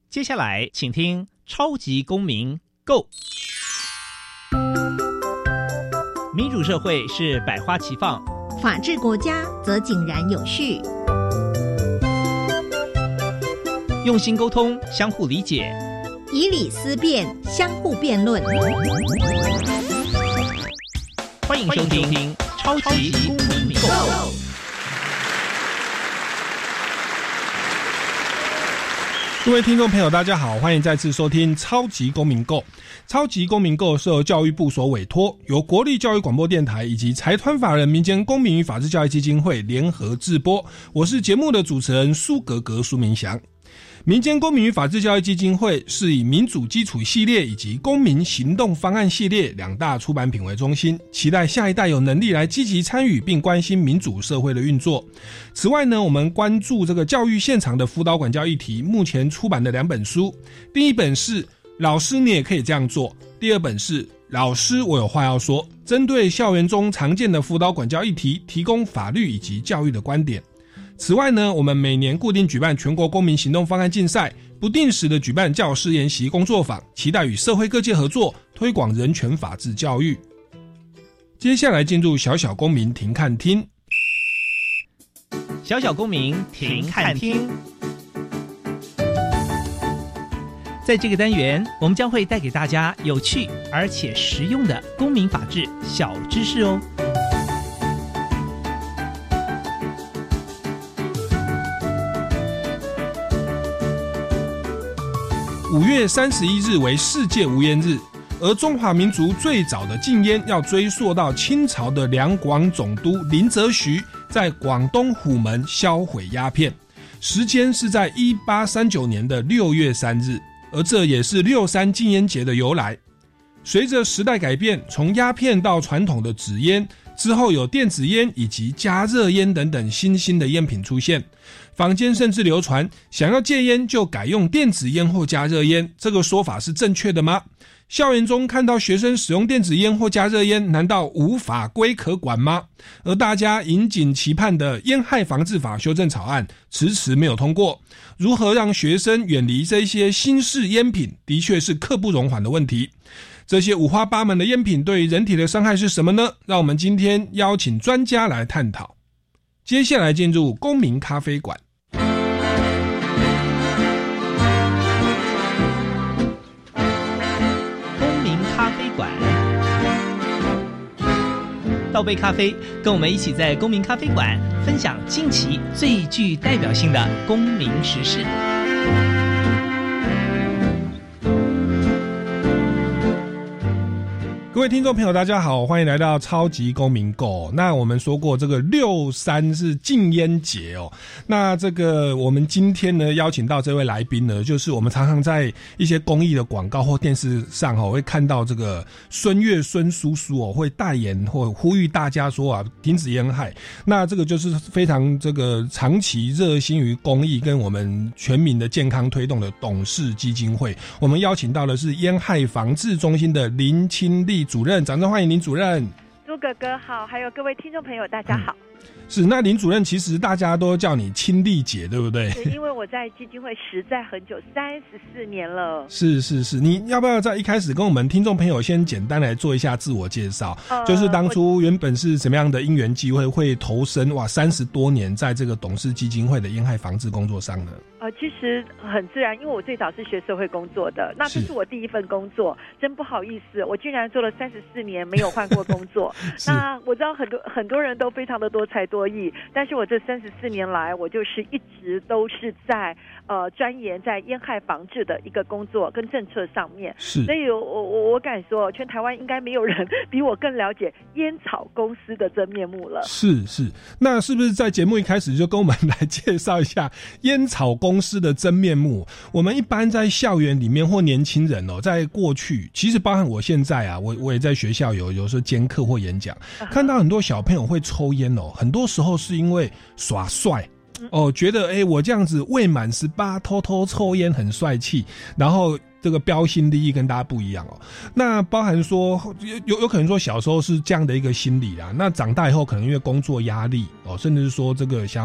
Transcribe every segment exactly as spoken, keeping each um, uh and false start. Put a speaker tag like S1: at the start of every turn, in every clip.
S1: 接下来请听超级公民 Go。 民主社会是百花齐放，
S2: 法治国家则井然有序。
S1: 用心沟通，相互理解，
S2: 以理思辨，相互辩论。
S1: 欢迎收听超级公民 Go。
S3: 各位听众朋友大家好，欢迎再次收听超级公民 Go。 超级公民 Go 是由教育部所委托，由国立教育广播电台以及财团法人民间公民与法治教育基金会联合制播。我是节目的主持人苏格格苏明祥。民间公民与法治教育基金会是以民主基础系列以及公民行动方案系列两大出版品为中心，期待下一代有能力来积极参与并关心民主社会的运作。此外呢，我们关注这个教育现场的辅导管教议题，目前出版的两本书，第一本是老师你也可以这样做，第二本是老师我有话要说，针对校园中常见的辅导管教议题，提供法律以及教育的观点。此外呢，我们每年固定举办全国公民行动方案竞赛，不定时的举办教师研习工作坊，期待与社会各界合作，推广人权法治教育。接下来进入小小公民停看听。
S1: 小小公民停看听。在这个单元，我们将会带给大家有趣而且实用的公民法治小知识哦。
S3: 五月三十一日为世界无烟日，而中华民族最早的禁烟要追溯到清朝的两广总督林则徐在广东虎门销毁鸦片，时间是在一八三九年的六月三日，而这也是六三禁烟节的由来。随着时代改变，从鸦片到传统的纸烟，之后有电子烟以及加热烟等等新兴的烟品出现，坊间甚至流传想要戒烟就改用电子烟或加热烟，这个说法是正确的吗？校园中看到学生使用电子烟或加热烟，难道无法规可管吗？而大家引颈期盼的烟害防治法修正草案迟迟没有通过，如何让学生远离这些新式烟品，的确是刻不容缓的问题。这些五花八门的烟品对人体的伤害是什么呢？让我们今天邀请专家来探讨。接下来进入公民咖啡馆。
S1: 公民咖啡馆，倒杯咖啡，跟我们一起在公民咖啡馆分享近期最具代表性的公民时事。
S3: 各位听众朋友大家好，欢迎来到超级公民 Go。 那我们说过这个六三是禁烟节哦，那这个我们今天呢邀请到这位来宾呢，就是我们常常在一些公益的广告或电视上哦会看到这个孙越孙叔叔哦会代言或呼吁大家说啊停止烟害，那这个就是非常这个长期热心于公益跟我们全民的健康推动的董事基金会。我们邀请到的是烟害防治中心的林清丽主任，掌声欢迎林主任。
S4: 苏格格好，还有各位听众朋友大家好。
S3: 嗯，是，那林主任其实大家都叫你清丽姐对不对？
S4: 是因为我在基金会实在很久，三十四年了。
S3: 是是是，你要不要在一开始跟我们听众朋友先简单来做一下自我介绍？呃、就是当初原本是什么样的因缘机会会投身哇三十多年在这个董事基金会的烟害防治工作上呢？
S4: 呃，其实很自然，因为我最早是学社会工作的，那这是我第一份工作，真不好意思，我竟然做了三十四年没有换过工作。那我知道很多很多人都非常的多才多艺，但是我这三十四年来，我就是一直都是在呃钻研在烟害防治的一个工作跟政策上面，
S3: 是，
S4: 所以我我我敢说，全台湾应该没有人比我更了解烟草公司的真面目了。
S3: 是是，那是不是在节目一开始就跟我们来介绍一下烟草公司的真面目？我们一般在校园里面或年轻人哦，在过去，其实包含我现在啊，我我也在学校有有时候兼课或演讲，看到很多小朋友会抽烟哦，很多时候是因为耍帅。哦，觉得哎、欸，我这样子未满十八偷偷抽烟很帅气，然后这个标新立异跟大家不一样哦。那包含说有有可能说小时候是这样的一个心理啦，那长大以后可能因为工作压力哦，甚至是说这个想要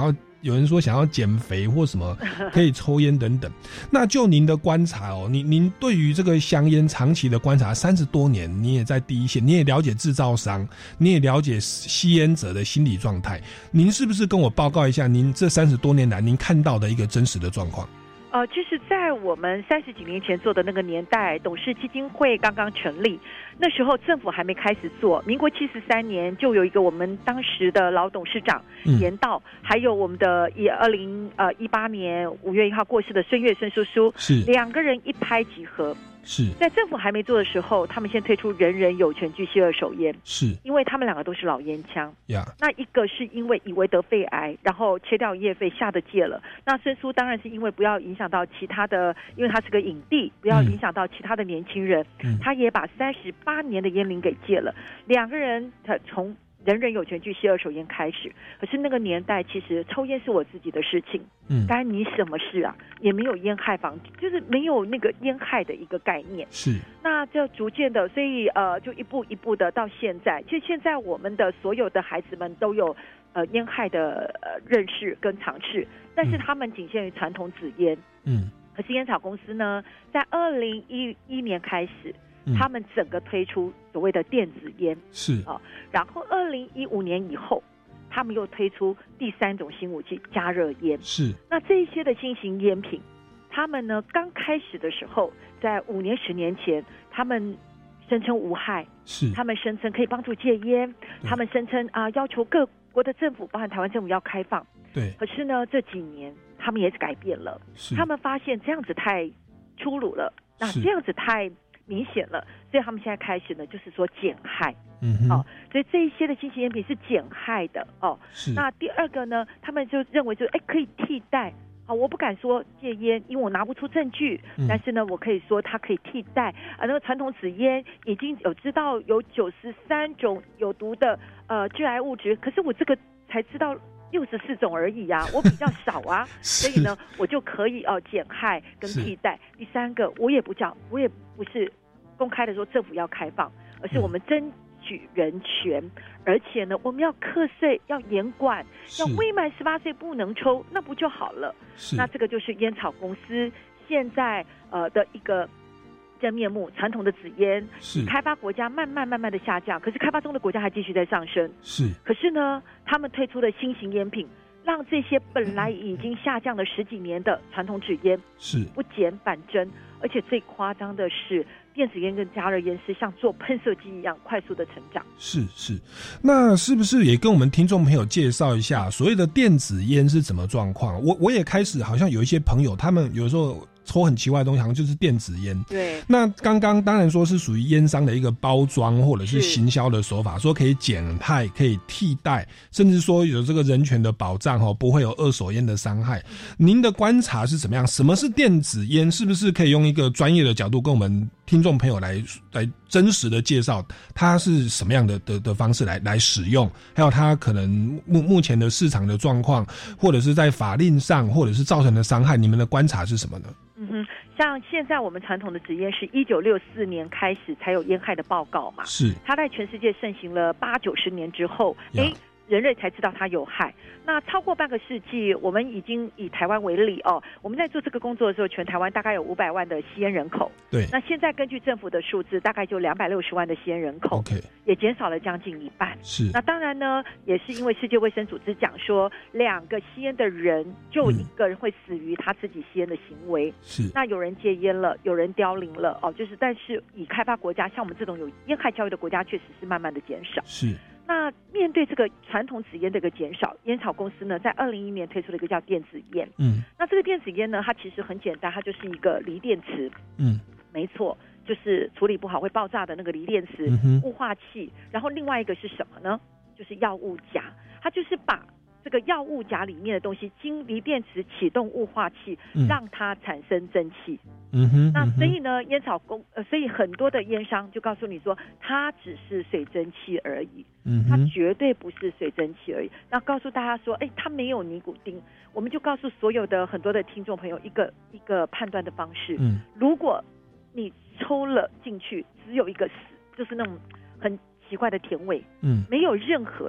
S3: 有人说想要减肥或什么可以抽烟等等。那就您的观察哦，您您对于这个香烟长期的观察，三十多年，你也在第一线，你也了解制造商，你也了解吸烟者的心理状态，您是不是跟我报告一下您这三十多年来您看到的一个真实的状况？
S4: 呃，其实，在我们三十几年前做的那个年代，董事基金会刚刚成立，那时候政府还没开始做。民国七十三年，就有一个我们当时的老董事长严道，嗯、还有我们的以二零呃一八年五月一号过世的孙岳孙叔叔，是两个人一拍即合。是在政府还没做的时候，他们先推出人人有权拒吸二手烟，是因为他们两个都是老烟枪。Yeah. 那一个是因为以为得肺癌，然后切掉业费，吓得戒了。那孙叔当然是因为不要影响到其他的，因为他是个影帝，不要影响到其他的年轻人，嗯、他也把三十八年的烟龄给戒了。两个人他从人人有权拒吸二手烟开始，可是那个年代其实抽烟是我自己的事情，嗯，干你什么事啊？也没有烟害防，就是没有那个烟害的一个概念。是，那就逐渐的，所以呃，就一步一步的到现在，其实现在我们的所有的孩子们都有呃烟害的呃认识跟尝试，但是他们仅限于传统纸烟，嗯，可是烟草公司呢，在二零一一年开始。他们整个推出所谓的电子烟是啊，然后二零一五年以后，他们又推出第三种新武器加热烟是。那这一些的新型烟品，他们呢刚开始的时候，在五年十年前，他们声称无害，是他们声称可以帮助戒烟，他们声称啊、呃、要求各国的政府，包含台湾政府要开放。对，可是呢这几年他们也是改变了，他们发现这样子太粗鲁了，那这样子太明显了，所以他们现在开始呢，就是说减害，嗯，哦，所以这一些的新型烟品是减害的哦。是。那第二个呢，他们就认为就哎可以替代，好，我不敢说戒烟，因为我拿不出证据，嗯、但是呢，我可以说它可以替代啊。那个传统纸烟已经有知道有九十三种有毒的呃致癌物质，可是我这个才知道六十四种而已啊，我比较少啊，所以呢，我就可以哦、呃、减害跟替代。第三个，我也不讲，我也不是公开的说政府要开放，而是我们争取人权，嗯、而且呢，我们要课税，要严管，要未满十八岁不能抽，那不就好了？那这个就是烟草公司现在呃的一个真面目。传统的纸烟是开发国家慢慢慢慢的下降，可是开发中的国家还继续在上升。是，可是呢，他们推出的新型烟品，让这些本来已经下降了十几年的传统纸烟是不减反增，而且最夸张的是，电子烟跟加热烟是像做喷射机一样快速的成长。是是，那是不是也跟我们听众朋友介绍一下所谓的电子烟是怎么状况？我我也开始好像有一些朋友，他们有时候抽很奇怪的东西，好像就是电子烟。对。那刚刚当然说是属于烟商的一个包装或者是行销的手法，说可以减害、可以替代，甚至说有这个人权的保障哦，不会有二手烟的伤害。您的观察是怎么样？什么是电子烟？是不是可以用一个专业的角度跟我们听众朋友来来真实的介绍它是什么样的的的方式来来使用，还有它可能目目前的市场的状况，或者是在法令上，或者是造成的伤害，你们的观察是什么呢？嗯哼，像现在我们传统的纸烟是一九六四年开始才有烟害的报告嘛，是它在全世界盛行了八九十年之后，哎。人类才知道它有害。那超过半个世纪，我们已经以台湾为例哦，我们在做这个工作的时候，全台湾大概有五百万的吸烟人口。对。那现在根据政府的数字，大概就两百六十万的吸烟人口。OK。也减少了将近一半。是。那当然呢，也是因为世界卫生组织讲说，两个吸烟的人就一个人会死于他自己吸烟的行为。是。那有人戒烟了，有人凋零了哦，就是但是以开发国家，像我们这种有烟害教育的国家，确实是慢慢的减少。是。那面对这个传统纸烟的一个减少，烟草公司呢在二零一一年推出了一个叫电子烟。嗯，那这个电子烟呢，它其实很简单，它就是一个锂电池。嗯，没错，就是处理不好会爆炸的那个锂电池、嗯、雾化器。然后另外一个是什么呢？就是药物夹，它就是把这个药物夹里面的东西经锂电池启动雾化器、嗯、让它产生蒸汽。嗯哼，那所以呢，烟草公呃，所以很多的烟商就告诉你说，它只是水蒸气而已，嗯，它绝对不是水蒸气而已。那告诉大家说，哎，它没有尼古丁，我们就告诉所有的很多的听众朋友一个一个判断的方式，嗯，如果你抽了进去，只有一个死，就是那种很奇怪的甜味，嗯，没有任何的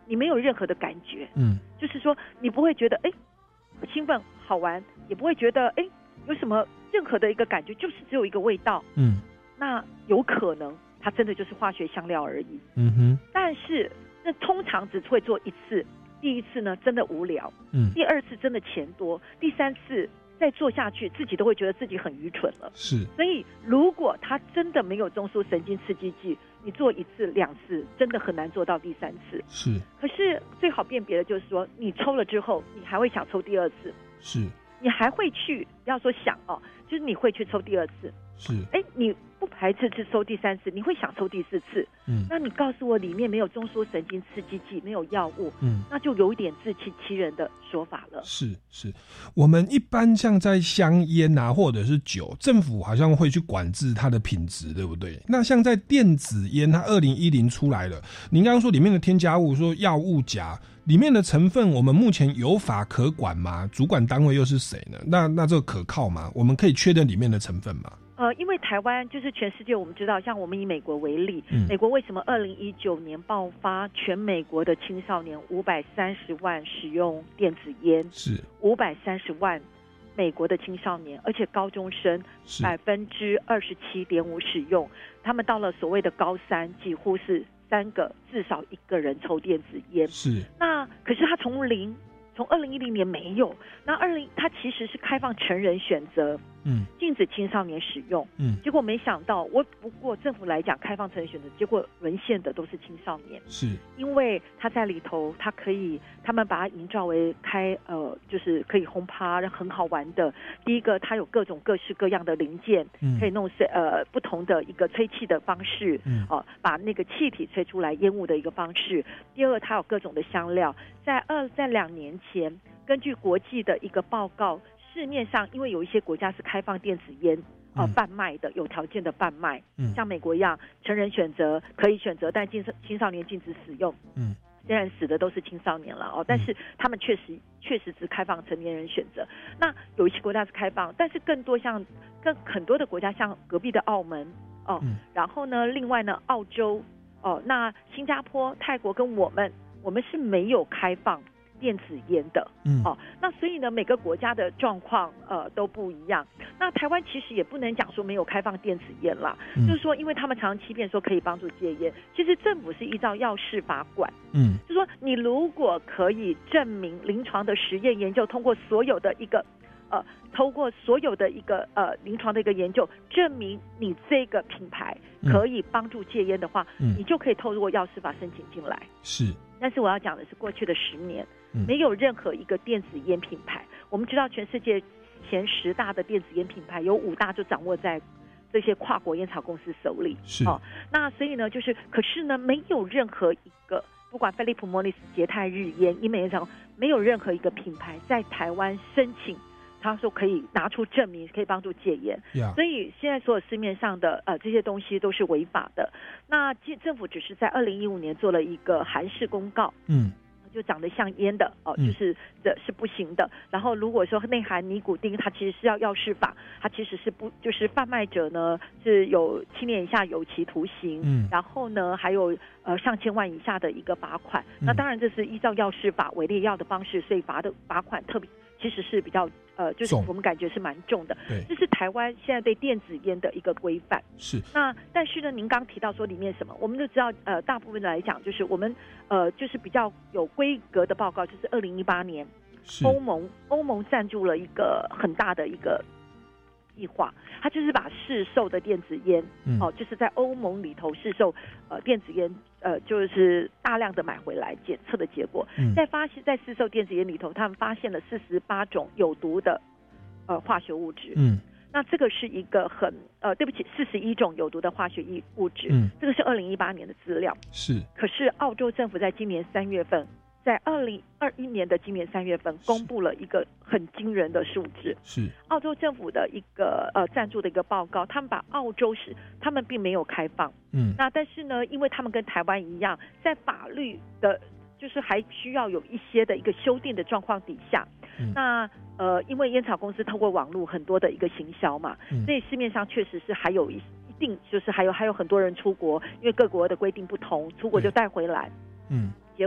S4: 你没有任何的感觉，
S3: 嗯，
S4: 就是说你不会觉得哎兴奋好玩，也不会觉得哎有什么任何的一个感觉，就是只有一个味道。
S3: 嗯，
S4: 那有可能它真的就是化学香料而已。
S3: 嗯哼，
S4: 但是那通常只会做一次，第一次呢真的无聊，
S3: 嗯，
S4: 第二次真的钱多，第三次再做下去自己都会觉得自己很愚蠢了。
S3: 是，
S4: 所以如果它真的没有中枢神经刺激剂，你做一次两次真的很难做到第三次。
S3: 是，
S4: 可是最好辨别的就是说，你抽了之后你还会想抽第二次，
S3: 是，
S4: 你还会去不要说想哦，就是你会去抽第二次，
S3: 是，
S4: 哎，你不排斥去抽第三次，你会想抽第四次。
S3: 嗯，
S4: 那你告诉我里面没有中枢神经刺激剂，没有药物，
S3: 嗯，
S4: 那就有一点自欺欺人的说法了。
S3: 是是，我们一般像在香烟啊或者是酒，政府好像会去管制它的品质，对不对？那像在电子烟，它二零一零出来了，您刚刚说里面的添加物，说药物钾，里面的成分我们目前有法可管吗？主管单位又是谁呢？那那这个可靠吗？我们可以确认里面的成分吗？
S4: 呃，因为台湾就是全世界，我们知道，像我们以美国为例，
S3: 嗯、
S4: 美国为什么二零一九年爆发全美国的青少年五百三十万使用电子烟，
S3: 是
S4: 五百三十万美国的青少年，而且高中生百分之二十七点五使用，他们到了所谓的高三，几乎是三个至少一个人抽电子烟。
S3: 是，
S4: 那可是他从零。从二零一零年没有，那二零它其实是开放成人选择，
S3: 嗯，
S4: 禁止青少年使用，
S3: 嗯，
S4: 结果没想到，我不过政府来讲开放成人选择，结果沦陷的都是青少年，
S3: 是
S4: 因为他在里头，他可以，他们把它营造为开呃，就是可以轰趴很好玩的。第一个，它有各种各式各样的零件，
S3: 嗯、
S4: 可以弄呃不同的一个吹气的方式，
S3: 嗯，
S4: 哦、呃，把那个气体吹出来烟雾的一个方式。第二个，它有各种的香料，在二在两年前，根据国际的一个报告，市面上因为有一些国家是开放电子烟呃
S3: 嗯、
S4: 贩卖的，有条件的贩卖，
S3: 嗯，
S4: 像美国一样，成人选择可以选择，但青青少年禁止使用，
S3: 嗯，
S4: 虽然死的都是青少年了哦，但是他们确实确实只开放成年人选择。那有一些国家是开放，但是更多像跟很多的国家，像隔壁的澳门哦，
S3: 嗯、
S4: 然后呢，另外呢，澳洲哦，那新加坡、泰国跟我们，我们是没有开放电子烟的，
S3: 嗯，
S4: 哦，那所以呢，每个国家的状况呃都不一样。那台湾其实也不能讲说没有开放电子烟啦，
S3: 嗯、
S4: 就是说，因为他们常常欺骗说可以帮助戒烟，其实政府是依照药事法管，
S3: 嗯，
S4: 就是说你如果可以证明临床的实验研究通过所有的一个呃，透过所有的一个呃临床的一个研究，证明你这个品牌可以帮助戒烟的话，
S3: 嗯、
S4: 你就可以透过药事法申请进来。
S3: 是，
S4: 但是我要讲的是，过去的十年。
S3: 嗯、
S4: 没有任何一个电子烟品牌，我们知道全世界前十大的电子烟品牌有五大就掌握在这些跨国烟草公司手里。
S3: 是，
S4: 哦，那所以呢，就是可是呢，没有任何一个，不管飞利浦、莫里斯、捷泰、日烟、英美烟草，没有任何一个品牌在台湾申请，他说可以拿出证明，可以帮助戒烟。
S3: Yeah.
S4: 所以现在所有市面上的呃这些东西都是违法的。那政府只是在二零一五年做了一个函释公告。
S3: 嗯。
S4: 就长得像烟的哦，就是这是不行的。然后如果说内含尼古丁，它其实是要药事法，它其实是不就是贩卖者呢是有七年以下有期徒刑，
S3: 嗯，
S4: 然后呢还有呃上千万以下的一个罚款。那当然这是依照药事法伪劣药的方式，所以罚的罚款特别其实是比较呃，就是我们感觉是蛮重的。
S3: 对，
S4: 这是台湾现在对电子烟的一个规范。
S3: 是。
S4: 那但是呢，您刚提到说里面什么，我们就知道呃，大部分来讲就是我们呃就是比较有规格的报告，就是二零一八年欧盟欧盟赞助了一个很大的一个计划，它就是把市售的电子烟，
S3: 嗯、
S4: 哦，就是在欧盟里头市售呃电子烟，呃，就是大量的买回来检测的结果，
S3: 嗯、
S4: 在发现，在市售电子烟里头，他们发现了四十八种有毒的呃化学物质。
S3: 嗯，
S4: 那这个是一个很呃，对不起，四十一种有毒的化学物质。
S3: 嗯，
S4: 这个是二零一八年的资料。
S3: 是。
S4: 可是澳洲政府在今年三月份。在二零二一年的今年三月份，公布了一个很惊人的数字。
S3: 是
S4: 澳洲政府的一个呃赞助的一个报告，他们把澳洲是他们并没有开放，
S3: 嗯，
S4: 那但是呢，因为他们跟台湾一样，在法律的，就是还需要有一些的一个修订的状况底下，
S3: 嗯、
S4: 那呃，因为烟草公司透过网络很多的一个行销嘛，
S3: 嗯、
S4: 所以市面上确实是还有一一定就是还有还有很多人出国，因为各国的规定不同，出国就带回来，
S3: 嗯。
S4: 结果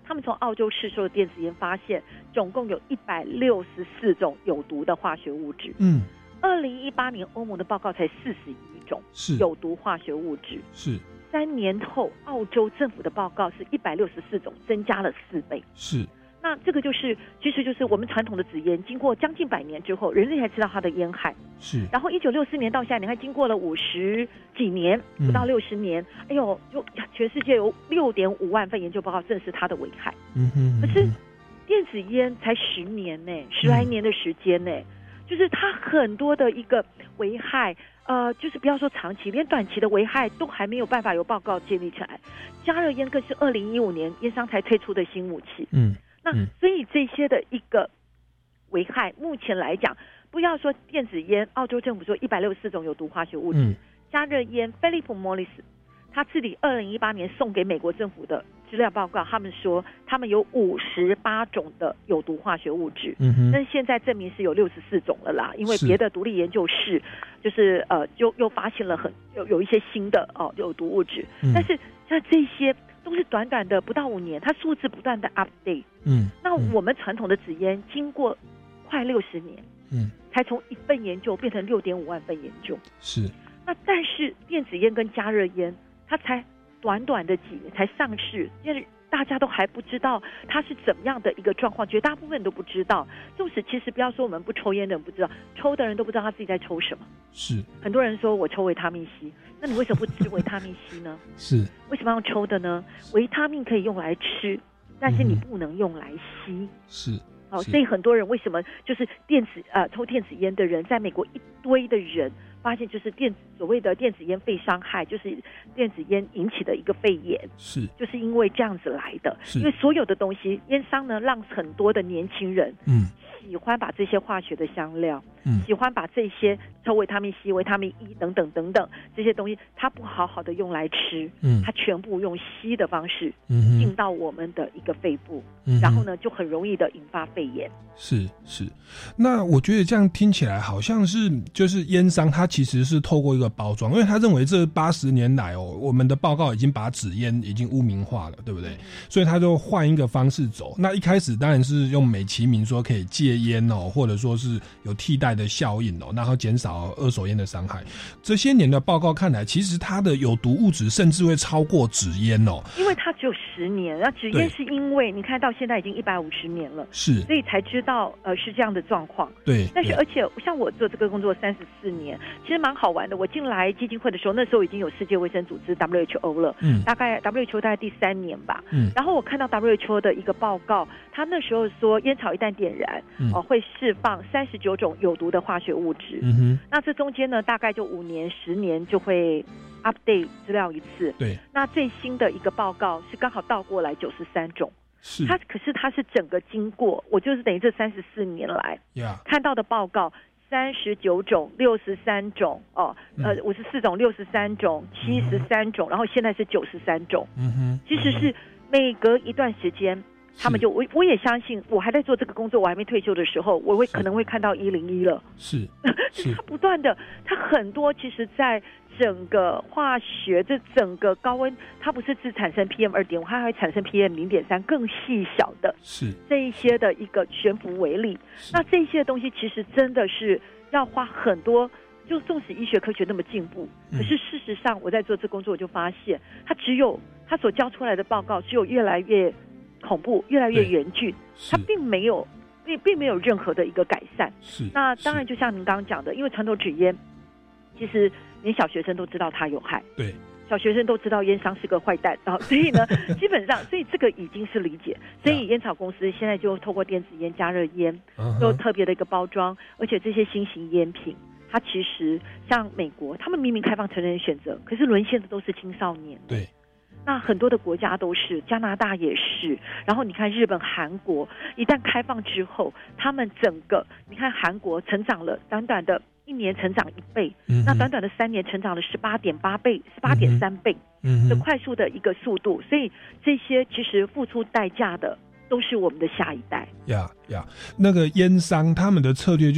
S4: 他们从澳洲市售的电子烟发现，总共有一百六十四种有毒的化学物质。
S3: 嗯，
S4: 二零一八年欧盟的报告才四十一种
S3: 是
S4: 有毒化学物质，
S3: 是
S4: 三年后澳洲政府的报告是一百六十四种，增加了四倍。
S3: 是。
S4: 那这个就是，其实就是我们传统的纸烟，经过将近百年之后，人类才知道它的烟害。
S3: 是。
S4: 然后一九六四年到现在，你看经过了五十几年，不到六十年，嗯、哎呦，就全世界有六点五万份研究报告证实它的危害。
S3: 嗯哼。
S4: 可是电子烟才十年呢，十来年的时间呢，嗯、就是它很多的一个危害。呃，就是不要说长期，连短期的危害都还没有办法有报告建立起来。加热烟更是二零一五年烟商才推出的新武器。
S3: 嗯，
S4: 那所以这些的一个危害，目前来讲，不要说电子烟，澳洲政府说一百六十四种有毒化学物质，嗯、加热烟，菲利普莫里斯他自己二零一八年送给美国政府的资料报告，他们说他们有五十八种的有毒化学物质，嗯哼，但是现在证明是有六十四种了啦，因为别的独立研究室就是呃，就又发现了很有有一些新的哦有毒物质，嗯、但是像这些都是短短的不到五年，它数字不断的 update，嗯，那我们传统的纸烟经过快六十年，嗯，才从一份研究变成六点五万份研究，
S3: 是，
S4: 那但是电子烟跟加热烟。它才短短的几年才上市，因为大家都还不知道它是怎么样的一个状况，绝大部分人都不知道。纵使其实不要说我们不抽烟的人不知道，抽的人都不知道他自己在抽什么。
S3: 是，很
S4: 多人说我抽维他命 C， 那你为什么不吃维他命 C 呢？
S3: 是，
S4: 为什么要抽的呢？维他命可以用来吃，但是你不能用来吸。
S3: 是。
S4: 好，所以很多人为什么就是电子呃抽电子烟的人，在美国一堆的人发现就是电子所谓的电子烟肺伤害，就是电子烟引起的一个肺炎，
S3: 是
S4: 就是因为这样子来的。因为所有的东西，烟商呢让很多的年轻人嗯喜欢把这些化学的香料，嗯喜欢把这些抽维他命 C、维他命 E 等等等等这些东西，它不好好的用来吃，嗯，它全部用吸的方式进到我们的一个肺部，嗯、然后呢就很容易的引发肺炎。
S3: 是是，那我觉得这样听起来好像是就是烟商他其实是透过一个包装，因为他认为这八十年来哦，我们的报告已经把纸烟已经污名化了，对不对？嗯、所以他就换一个方式走。那一开始当然是用美其名说可以戒烟哦，或者说是有替代的效应哦，然后减少二手烟的伤害。这些年的报告看来，其实它的有毒物质甚至会超过纸烟哦，
S4: 因为它只有十年，那纸烟是因为你看到现在已经一百五十年了，
S3: 是，
S4: 所以才知道呃是这样的状况。
S3: 对，
S4: 但是而且像我做这个工作三十四年，其实蛮好玩的。我进来基金会的时候，那时候已经有世界卫生组织 W H O 了，嗯，大概 W H O 大概第三年吧，嗯，然后我看到 W H O 的一个报告，他那时候说烟草一旦点燃，嗯、哦会释放三十九种有毒的化学物质，嗯哼，那这中间呢大概就五年十年就会 update 资料一次，
S3: 对，
S4: 那最新的一个报告是刚好倒过来九十三种。
S3: 是，
S4: 它可是它是整个经过，我就是等于这三十四年来、yeah. 看到的报告，三十九种、六十三种哦，呃，五十四种、六十三种、七十三种，然后现在是九十三种。嗯哼，其实是每隔一段时间，他们就我我也相信，我还在做这个工作，我还没退休的时候，我会可能会看到一零一了。
S3: 是，
S4: 是它不断的，它很多其实在。整个化学这整个高温，它不是只产生 P M 二点五， 它还会产生 P M 零点三 更细小的，
S3: 是
S4: 这一些的一个悬浮微粒。那这些东西其实真的是要花很多，就纵使医学科学那么进步，嗯、可是事实上我在做这工作，我就发现它只有它所交出来的报告只有越来越恐怖，越来越严峻，它并没有并并没有任何的一个改善。
S3: 是
S4: 那当然就像您刚刚讲的，因为传统纸烟其实连小学生都知道它有害，
S3: 对，
S4: 小学生都知道烟商是个坏蛋，然后所以呢，基本上，所以这个已经是理解，所以烟草公司现在就透过电子烟、加热烟，有特别的一个包装，而且这些新型烟品，它其实像美国，他们明明开放成人选择，可是沦陷的都是青少年，
S3: 对。
S4: 那很多的国家都是，加拿大也是，然后你看日本、韩国，一旦开放之后，他们整个，你看韩国成长了短短的。一年成长一倍，嗯、那短短的三年成长了十八点八倍，十八点三倍，嗯，的快速的一个速度，所以这些其实付出代价的都是我们的下一代。
S3: 呀呀，那个烟商他们的策略就是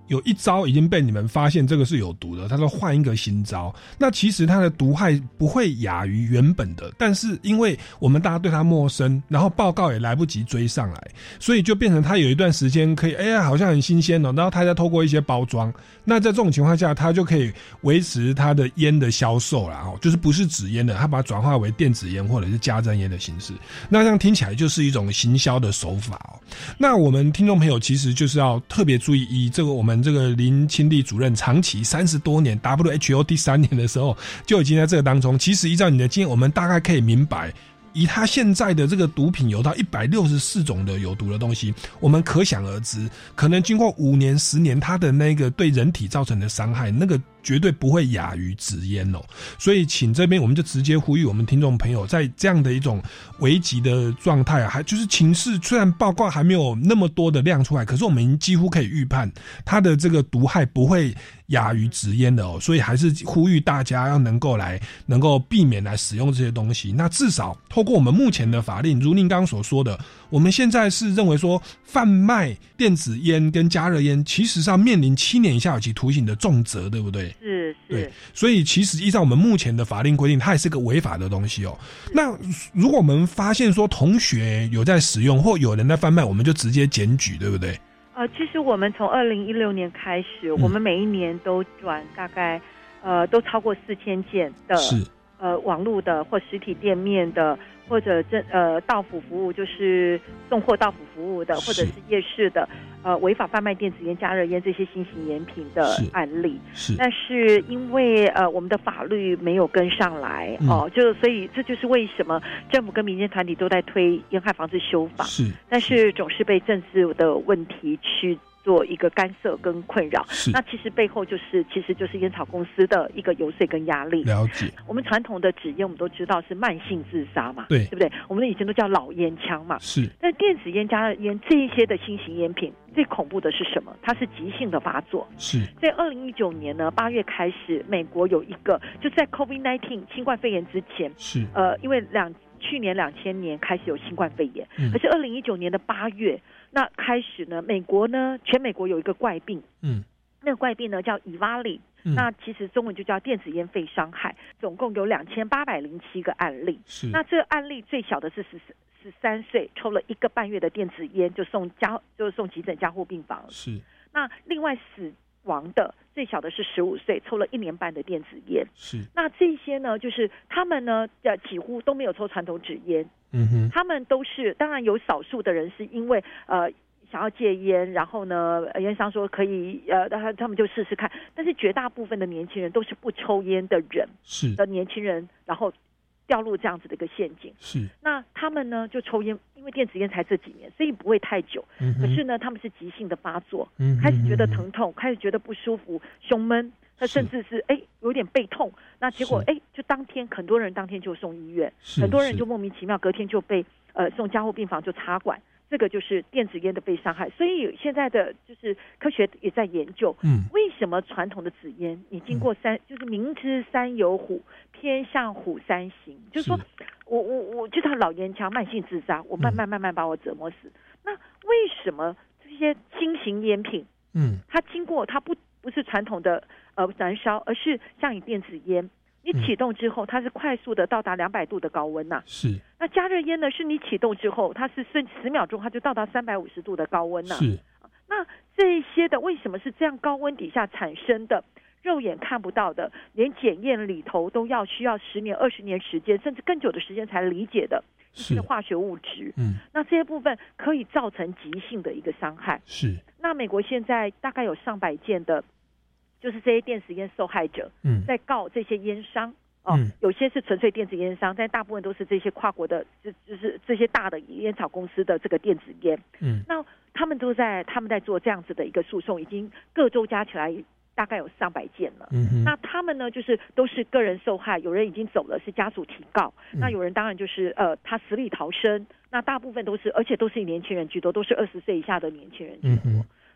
S3: 有一招已经被你们发现这个是有毒的，他说换一个新招。那其实它的毒害不会亚于原本的，但是因为我们大家对它陌生，然后报告也来不及追上来，所以就变成它有一段时间可以，哎呀，好像很新鲜哦，然后它再透过一些包装，那在这种情况下，它就可以维持它的烟的销售啦，哦，就是不是纸烟的，它把它转化为电子烟或者是加热烟的形式。那这样听起来就是一种行销的手法哦。那我们听众朋友其实就是要特别注意，一这个我们这个林清利主任长期三十多年 W H O 第三年的时候就已经在这个当中，其实依照你的经验，我们大概可以明白，以他现在的这个毒品有到一百六十四种的有毒的东西，我们可想而知，可能经过五年十年，它的那个对人体造成的伤害，那个绝对不会亚于纸烟哦。所以请这边我们就直接呼吁我们听众朋友，在这样的一种危急的状态啊，还就是情势虽然报告还没有那么多的量出来，可是我们已经几乎可以预判它的这个毒害不会亚于纸烟的哦。所以还是呼吁大家要能够来能够避免来使用这些东西。那至少透过我们目前的法令，如您刚刚所说的，我们现在是认为说贩卖电子烟跟加热烟其实是要面临七年以下有期徒刑的重责，对不对？
S4: 是是。
S3: 对，所以其实依照我们目前的法令规定，它也是个违法的东西哦。那如果我们发现说同学有在使用或有人在贩卖，我们就直接检举，对不对？
S4: 呃，其实我们从二零一六年开始，我们每一年都转大概呃都超过四千件的
S3: 是
S4: 呃网络的或实体店面的，或者这呃到府服务，就是送货到府服务的，或者是夜市的，呃违法贩卖电子烟、加热烟这些新型烟品的案例。
S3: 是，
S4: 但是因为呃我们的法律没有跟上来哦、呃，就所以这就是为什么政府跟民间团体都在推烟害防治修法，
S3: 是，
S4: 但是总是被政治的问题去做一个干涉跟困扰。那其实背后就是其实就是烟草公司的一个游说跟压力。
S3: 了解。
S4: 我们传统的纸烟我们都知道是慢性自杀嘛，
S3: 对，
S4: 对不对？我们以前都叫老烟枪嘛。
S3: 是。
S4: 但电子烟、加热烟这一些的新型烟品，最恐怖的是什么？它是急性的发作。
S3: 是。
S4: 在二零一九年呢，八月开始，美国有一个就在 COVID 十九 新冠肺炎之前，
S3: 是
S4: 呃，因为两去年两千年开始有新冠肺炎，嗯、可是二零一九年的八月，那开始呢，美国呢，全美国有一个怪病，嗯，那个怪病呢叫伊瓦利。那其实中文就叫电子烟肺伤害，总共有两千八百零七个案例。是，那这个案例最小的是十十三岁，抽了一个半月的电子烟就送加就送急诊加护病房。
S3: 是，
S4: 那另外死亡的最小的是十五岁，抽了一年半的电子烟。
S3: 是，
S4: 那这些呢，就是他们呢，呃，几乎都没有抽传统纸烟。嗯哼，他们都是，当然有少数的人是因为呃。想要戒烟，然后呢，烟商说可以，呃，他他们就试试看。但是绝大部分的年轻人都是不抽烟的人，是的年轻人，然后掉入这样子的一个陷阱。是，那他们呢就抽烟，因为电子烟才这几年，所以不会太久。嗯、可是呢，他们是急性的发作，嗯、开始觉得疼痛，开始觉得不舒服，胸闷，他甚至是哎有点背痛。那结果哎，就当天很多人当天就送医院，很多人就莫名其妙隔天就被呃送加护病房就插管。这个就是电子烟的被伤害，所以现在的就是科学也在研究，嗯，为什么传统的纸烟，你经过三，嗯、就是明知山有虎，偏向虎山行，就是说我我我就像老烟枪，慢性自杀，我慢慢慢慢把我折磨死。嗯、那为什么这些新型烟品，嗯，它经过它不不是传统的呃燃烧，而是像以电子烟。你启动之后，它是快速的到达两百度的高温呐、啊。是。那加热烟呢？是你启动之后，它是瞬十秒钟，它就到达三百五十度的高温呐、啊。是。那这些的为什么是这样高温底下产生的，肉眼看不到的，连检验里头都要需要十年、二十年时间，甚至更久的时间才理解的一些化学物质。嗯。那这些部分可以造成急性的一个伤害。是。那美国现在大概有上百件的。就是这些电子烟受害者，嗯，在告这些烟商哦、嗯，有些是纯粹电子烟商，但大部分都是这些跨国的，就就是这些大的烟草公司的这个电子烟，嗯，那他们都在他们在做这样子的一个诉讼，已经各州加起来大概有上百件了，嗯，那他们呢，就是都是个人受害，有人已经走了，是家属提告，嗯、那有人当然就是呃他死里逃生，那大部分都是，而且都是以年轻人居多，都是二十岁以下的年轻人居多。嗯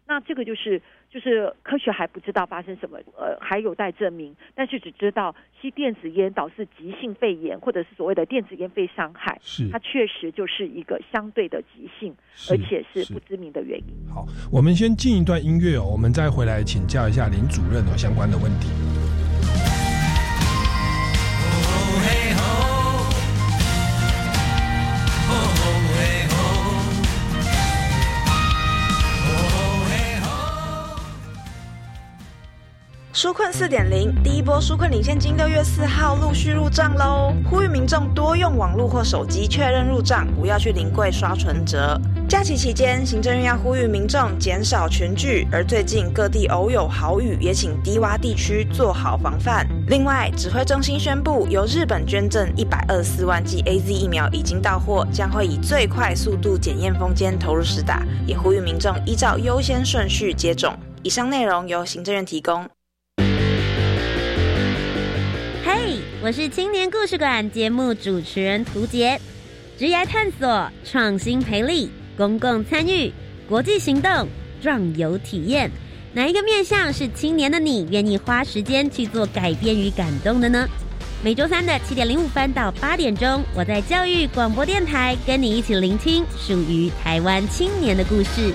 S4: 那这个就是就是科学还不知道发生什么，呃，还有待证明，但是只知道吸电子烟导致急性肺炎，或者是所谓的电子烟肺伤害，
S3: 是
S4: 它确实就是一个相对的急性，而且是不知名的原因。
S3: 好，我们先进一段音乐哦，我们再回来请教一下林主任哦相关的问题。
S5: 纾困 四点零 第一波纾困领现金六月四号陆续入账喽，呼吁民众多用网络或手机确认入账，不要去临柜刷存折。假期期间，行政院要呼吁民众减少群聚，而最近各地偶有豪雨，也请低洼地区做好防范。另外，指挥中心宣布，由日本捐赠一百二十四万剂 A Z 疫苗已经到货，将会以最快速度检验封签投入施打，也呼吁民众依照优先顺序接种。以上内容由行政院提供。
S6: 嘿，我是青年故事馆节目主持人涂杰，职业探索、创新培力、公共参与、国际行动、壮游体验，哪一个面向是青年的你愿意花时间去做改变与感动的呢？每周三的七点零五分到八点钟，我在教育广播电台跟你一起聆听属于台湾青年的故事。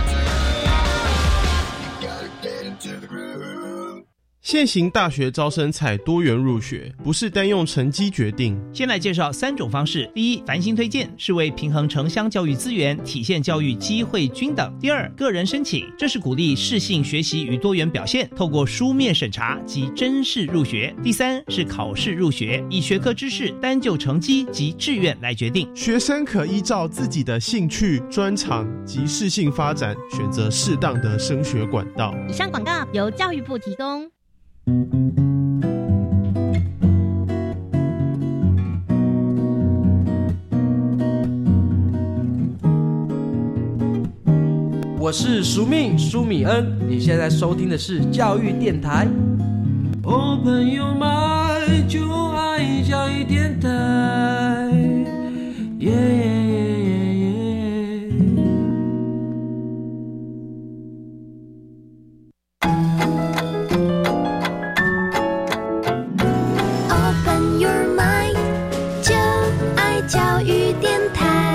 S7: 现行大学招生采多元入学，不是单用成绩决定。
S1: 先来介绍三种方式：第一，繁星推荐，是为平衡城乡教育资源，体现教育机会均等；第二，个人申请，这是鼓励适性学习与多元表现，透过书面审查及甄试入学；第三是考试入学，以学科知识单就成绩及志愿来决定。
S7: 学生可依照自己的兴趣、专长及适性发展，选择适当的升学管道。
S6: 以上广告由教育部提供。
S8: 我是苏命苏米恩，你现在收听的是教育电台。Open your mind， 就爱教育电台。耶耶耶耶耶。
S9: Open your mind， 就爱教育电台。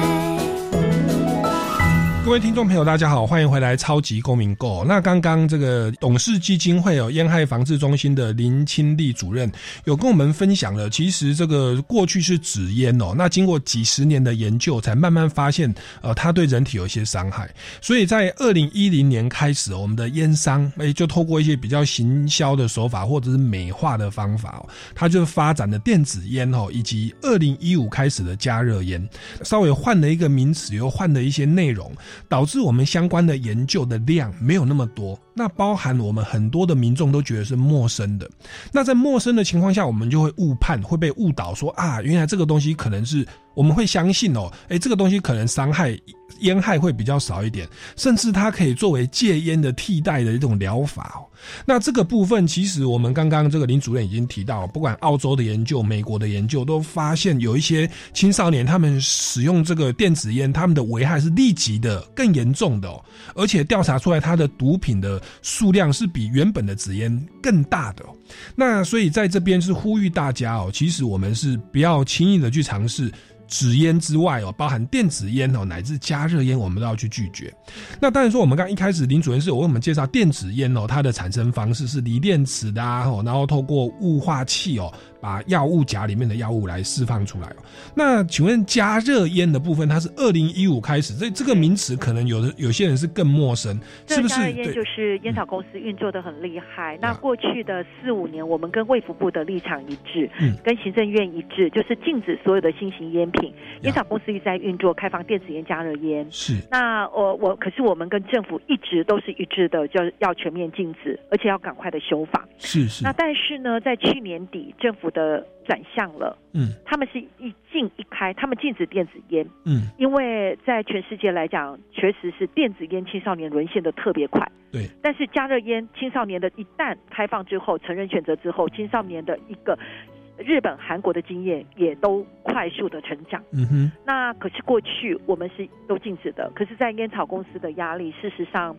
S3: 各位听众朋友大家好，欢迎回来超级公民购。那刚刚这个董事基金会哦烟害防治中心的林清丽主任有跟我们分享了，其实这个过去是纸烟哦，那经过几十年的研究才慢慢发现呃它对人体有一些伤害，所以在二零一零年开始我们的烟商诶就透过一些比较行销的手法或者是美化的方法哦，它就发展了电子烟哦，以及二零一五开始的加热烟，稍微换了一个名词，又换了一些内容，导致我们相关的研究的量没有那么多，那包含我们很多的民众都觉得是陌生的。那在陌生的情况下，我们就会误判，会被误导说啊，原来这个东西可能是我们会相信哦，诶，这个东西可能伤害烟害会比较少一点，甚至它可以作为戒烟的替代的一种疗法哦。那这个部分其实我们刚刚这个林主任已经提到，不管澳洲的研究、美国的研究都发现有一些青少年他们使用这个电子烟，他们的危害是立即的、更严重的哦，而且调查出来它的毒品的数量是比原本的纸烟更大的哦。那所以在这边是呼吁大家哦，其实我们是不要轻易的去尝试纸烟之外哦，包含电子烟哦，乃至加热烟，我们都要去拒绝。那当然说，我们刚刚一开始林主任是有为我们介绍电子烟哦，它的产生方式是锂电池的啊，然后透过雾化器哦，把药物夹里面的药物来释放出来哦。那请问加热烟的部分，它是二零一五开始，这这个名词可能有的有些人是更陌生，是不是？
S4: 加热烟就是烟草公司运作的很厉害。嗯、那过去的四五年，我们跟卫福部的立场一致，嗯，跟行政院一致，就是禁止所有的新型烟品。烟草公司一直在运作开放电子烟、加热烟。
S3: 是。
S4: 那我我可是我们跟政府一直都是一致的，就要全面禁止，而且要赶快的修法。
S3: 是是。
S4: 那但是呢，在去年底政府的转向了，嗯，他们是一禁一开，他们禁止电子烟，嗯，因为在全世界来讲，确实是电子烟青少年沦陷的特别快，
S3: 对。
S4: 但是加热烟青少年的一旦开放之后，成人选择之后，青少年的一个日本、韩国的经验也都快速的成长，嗯哼。那可是过去我们是都禁止的，可是在烟草公司的压力，事实上。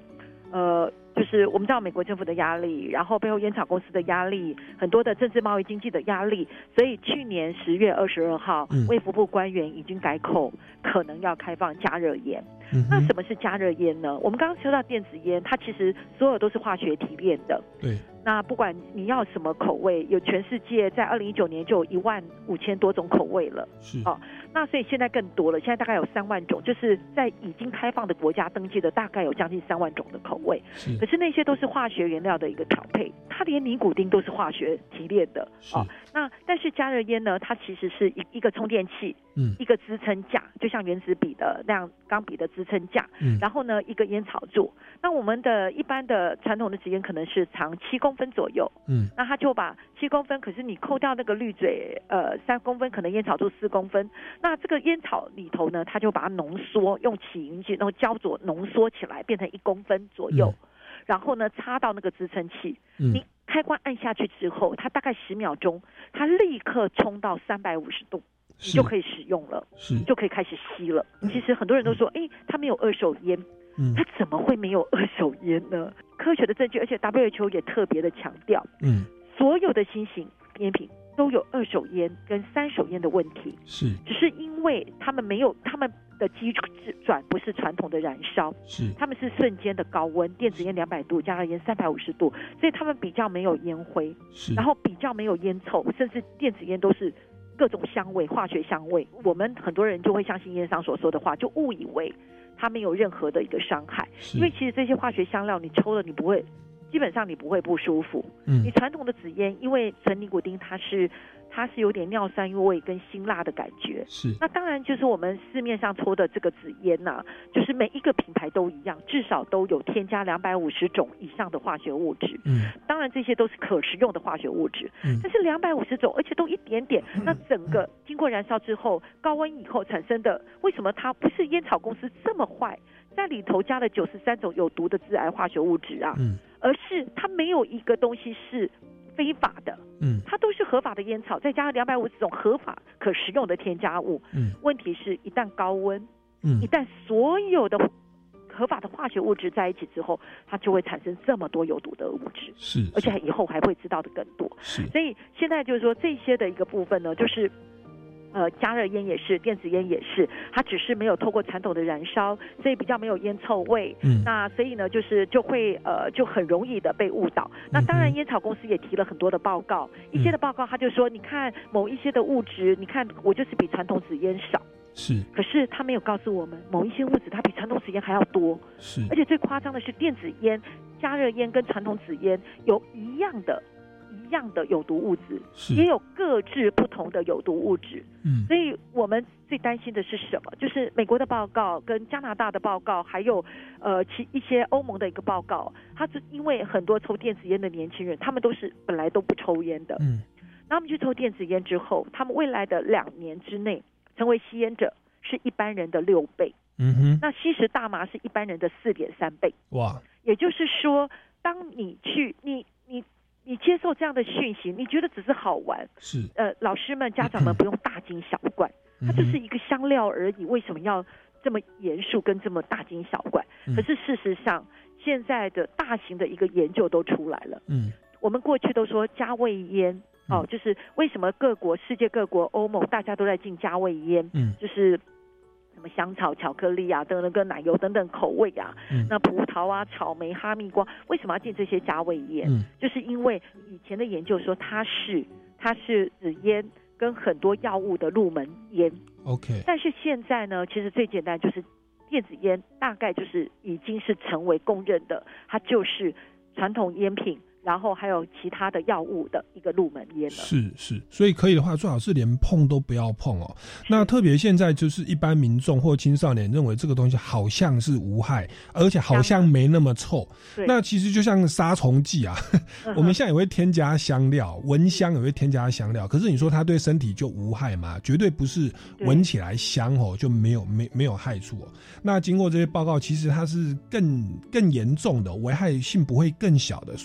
S4: 呃。就是我们知道美国政府的压力，然后背后烟草公司的压力，很多的政治贸易经济的压力，所以去年十月二十二号，嗯、卫福部官员已经改口，可能要开放加热烟。嗯、那什么是加热烟呢？我们刚刚说到电子烟，它其实所有都是化学提炼的。
S3: 对。
S4: 那不管你要什么口味，有全世界在二零一九年就有一万五千多种口味了。
S3: 是。
S4: 哦，那所以现在更多了，现在大概有三万种，就是在已经开放的国家登记的大概有将近三万种的口味。
S3: 是。
S4: 可是那些都是化学原料的一个调配，它连尼古丁都是化学提炼的。
S3: 哦，
S4: 那但是加热烟呢，它其实是一一个充电器，嗯，一个支撑架，就像原子笔的那样钢笔的支撑架，嗯，然后呢一个烟草柱。那我们的一般的传统的纸烟可能是长七公分左右，嗯，那它就把七公分，可是你扣掉那个滤嘴，呃，三公分，可能烟草柱四公分，那这个烟草里头呢，它就把它浓缩，用起云剂，然后焦灼浓缩起来，变成一公分左右。嗯，然后呢，插到那个支撑器，嗯、你开关按下去之后，它大概十秒钟，它立刻冲到三百五十度，你就可以使用了，你就可以开始吸了。其实很多人都说，哎、欸，它没有二手烟，嗯，它怎么会没有二手烟呢？科学的证据，而且 W H O 也特别的强调，嗯，所有的新型烟品都有二手烟跟三手烟的问题，
S3: 是，
S4: 只是因为他们没有他们。的基转不是传统的燃烧，
S3: 是
S4: 他们是瞬间的高温，电子烟两百度，加热烟三百五十度，所以他们比较没有烟灰，
S3: 是，
S4: 然后比较没有烟臭，甚至电子烟都是各种香味，化学香味。我们很多人就会相信烟商所说的话，就误以为它没有任何的一个伤害，因为其实这些化学香料你抽了你不会，基本上你不会不舒服。嗯，你传统的纸烟，因为纯尼古丁它是。它是有点尿酸味跟辛辣的感觉，
S3: 是。
S4: 那当然就是我们市面上抽的这个纸烟呐、啊，就是每一个品牌都一样，至少都有添加两百五十种以上的化学物质。嗯，当然这些都是可食用的化学物质，嗯，但是两百五十种，而且都一点点。那整个经过燃烧之后，高温以后产生的，为什么它不是烟草公司这么坏，在里头加了九十三种有毒的致癌化学物质啊？嗯，而是它没有一个东西是。非法的，嗯，它都是合法的烟草，再加上两百五十种合法可食用的添加物，嗯，问题是一旦高温，嗯，一旦所有的合法的化学物质在一起之后，它就会产生这么多有毒的物质，
S3: 是，
S4: 而且以后还会知道的更多，
S3: 是，
S4: 所以现在就是说这些的一个部分呢，就是。呃，加热烟也是，电子烟也是，它只是没有透过传统的燃烧，所以比较没有烟臭味。嗯，那所以呢，就是就会呃，就很容易的被误导。那当然，烟草公司也提了很多的报告，嗯、一些的报告他就说，你看某一些的物质，你看我就是比传统纸烟少。
S3: 是，
S4: 可是他没有告诉我们，某一些物质它比传统纸烟还要多。
S3: 是，
S4: 而且最夸张的是，电子烟、加热烟跟传统纸烟有一样的。一样的有毒物质，也有各自不同的有毒物质。嗯，所以我们最担心的是什么？就是美国的报告、跟加拿大的报告，还有呃其一些欧盟的一个报告。它是因为很多抽电子烟的年轻人，他们都是本来都不抽烟的。嗯，那他们去抽电子烟之后，他们未来的两年之内成为吸烟者是一般人的六倍。嗯哼，那吸食大麻是一般人的四点三倍。
S3: 哇，
S4: 也就是说，当你去你你。你接受这样的讯息，你觉得只是好玩？
S3: 是，
S4: 呃，老师们、家长们不用大惊小怪，嗯、它就是一个香料而已。为什么要这么严肃跟这么大惊小怪？嗯、可是事实上，现在的大型的一个研究都出来了。嗯，我们过去都说加味烟，哦，就是为什么各国、世界各国、欧盟大家都在禁加味烟？嗯，就是。什么香草、巧克力啊，等等跟奶油等等口味啊，嗯、那葡萄啊、草莓、哈密瓜，为什么要禁这些加味烟？嗯、就是因为以前的研究说它是它是纸烟跟很多药物的入门烟。
S3: OK，
S4: 但是现在呢，其实最简单就是电子烟，大概就是已经是成为公认的，它就是传统烟品。然后还有其他的药物的一个入门烟了，
S3: 是是，所以可以的话，最好是连碰都不要碰哦。那特别现在就是一般民众或青少年认为这个东西好像是无害，而且好像没那么臭。那其实就像杀虫剂啊，我们现在也会添加香料，蚊香也会添加香料。可是你说它对身体就无害吗？绝对不是，闻起来香哦就没有没没有害处哦。那经过这些报告，其实它是更更严重的，危害性不会更小的，所以我们才要。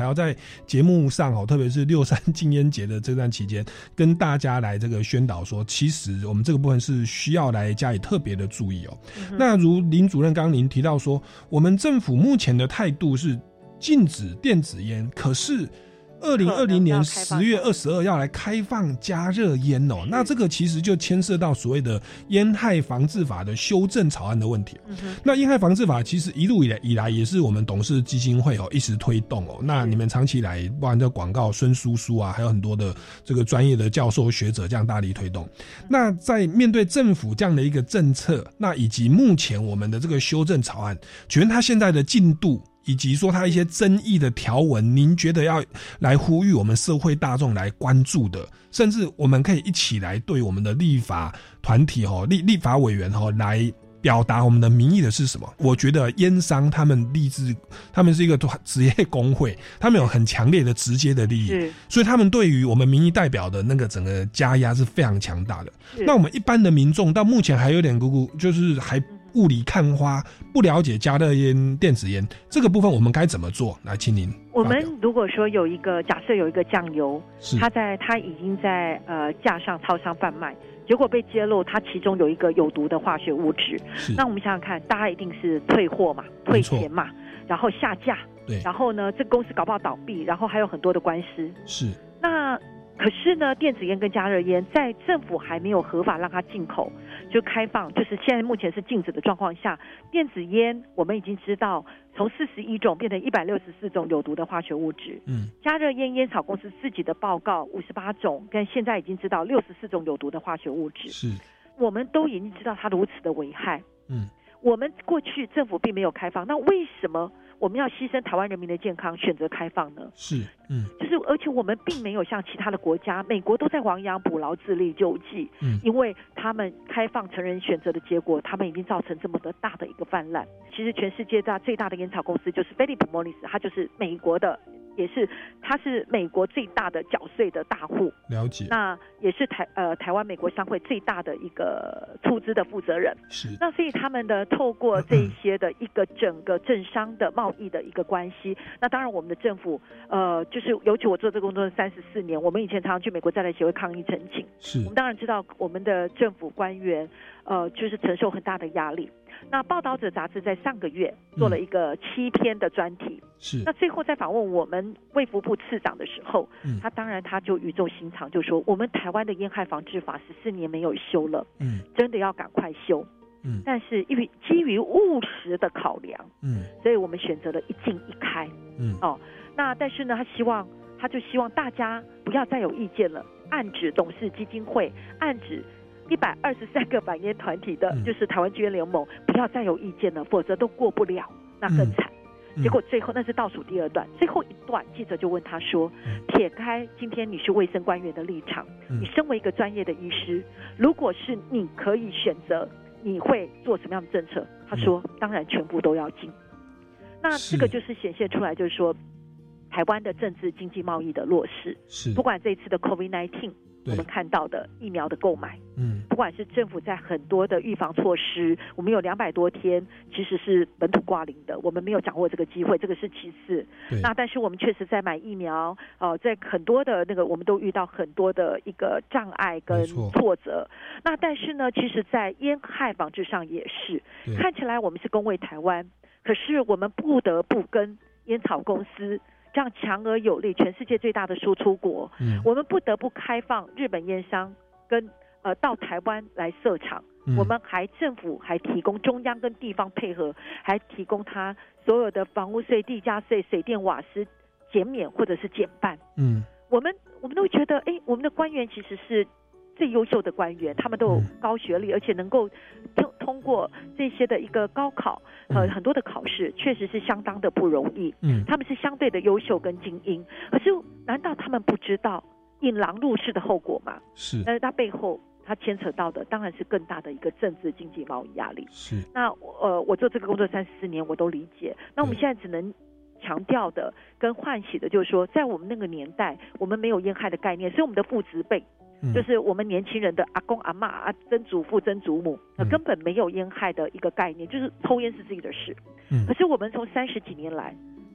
S3: 要在节目上哦，特别是六三禁烟节的这段期间，跟大家来这个宣导说，其实我们这个部分是需要来加以特别的注意哦。嗯、那如林主任刚刚您提到说，我们政府目前的态度是禁止电子烟，可是二零二零年十月二十二要来开放加热烟哦，那这个其实就牵涉到所谓的烟害防治法的修正草案的问题。嗯、那烟害防治法其实一路以来以来也是我们董事基金会哦一直推动哦。那你们长期以来，包含这广告孙叔叔啊，还有很多的这个专业的教授学者这样大力推动。那在面对政府这样的一个政策，那以及目前我们的这个修正草案，请问他现在的进度？以及说它一些争议的条文，您觉得要来呼吁我们社会大众来关注的，甚至我们可以一起来对我们的立法团体立立法委员来表达我们的民意的是什么？我觉得烟商他们立志，他们是一个职业工会，他们有很强烈的直接的利益，所以他们对于我们民意代表的那个整个加压是非常强大的。那我们一般的民众到目前还有点咕咕，就是还雾里看花，不了解加热烟、电子烟这个部分，我们该怎么做？来，请您。
S4: 我们如果说有一个假设有一个酱油，它在它已经在呃架上超商贩卖，结果被揭露它其中有一个有毒的化学物质，那我们想想看，大家一定是退货嘛，退钱嘛，然后下架，对，然后呢，这个公司搞不好倒闭，然后还有很多的官司。是，那可是呢，电子烟跟加热烟在政府还没有合法让它进口，就开放，就是现在目前是禁止的状况下，电子烟我们已经知道从四十一种变成一百六十四种有毒的化学物质。嗯，加热烟烟草公司自己的报告五十八种，跟现在已经知道六十四种有毒的化学物质。是，我们都已经知道它如此的危害。嗯，我们过去政府并没有开放，那为什么我们要牺牲台湾人民的健康选择开放呢？是，嗯，就是而且我们并没有像其他的国家，美国都在亡羊补牢自力救济，嗯，因为他们开放成人选择的结果，他们已经造成这么的大的一个泛滥。其实全世界大最大的烟草公司就是菲利普莫里斯，它就是美国的，也是它是美国最大的缴税的大户。了解。那也是台呃台湾美国商会最大的一个出资的负责人。是。那所以他们的透过这一些的一个整个政商的贸易的一个关系，那当然我们的政府呃就是尤其我做这个工作三十四年，我们以前常常去美国在台协会抗议陈情。是。我们当然知道我们的政府官员呃就是承受很大的压力。那报道者杂志在上个月做了一个七篇的专题，是、嗯、那最后在访问我们卫福部次长的时候，嗯、他当然他就语重心长就说，我们台湾的烟害防治法十四年没有修了，嗯，真的要赶快修，嗯，但是因为基于务实的考量，嗯，所以我们选择了一禁一开，嗯，哦，那但是呢，他希望他就希望大家不要再有意见了，暗指董事基金会，暗指一百二十三个反烟团体的，嗯、就是台湾戒烟联盟，不要再有意见了，否则都过不了，那更惨。嗯、结果最后那是倒数第二段，最后一段记者就问他说：“撇开今天你是卫生官员的立场，嗯、你身为一个专业的医师，如果是你可以选择，你会做什么样的政策？”他说：“嗯、当然全部都要禁。”那这个就是显现出来，就是说台湾的政治、经济、贸易的弱势，是不管这一次的 COVID 十九。我们看到的疫苗的购买，嗯，不管是政府在很多的预防措施，我们有两百多天其实是本土挂零的，我们没有掌握这个机会，这个是其次。那但是我们确实在买疫苗，呃，在很多的那个我们都遇到很多的一个障碍跟挫折。那但是呢，其实在烟害防治上也是，看起来我们是恭维台湾，可是我们不得不跟烟草公司这样强而有力，全世界最大的输出国，嗯、我们不得不开放日本烟商跟呃到台湾来设厂，嗯、我们还政府还提供中央跟地方配合，还提供他所有的房屋税、地价税、水电瓦斯减免或者是减半。嗯，我们我们都觉得，哎，我们的官员其实是最优秀的官员，他们都有高学历，而且能够通通过这些的一个高考，呃，很多的考试确实是相当的不容易。嗯，他们是相对的优秀跟精英，可是难道他们不知道引狼入室的后果吗？是，但是他背后他牵扯到的当然是更大的一个政治、经济、贸易压力。是，那呃，我做这个工作三十四年，我都理解。那我们现在只能强调的跟唤起的，就是说，在我们那个年代，我们没有烟害的概念，所以我们的父执辈。就是我们年轻人的阿公阿嬷、啊、曾祖父曾祖母，那根本没有烟害的一个概念，就是抽烟是自己的事。嗯、可是我们从三十几年来，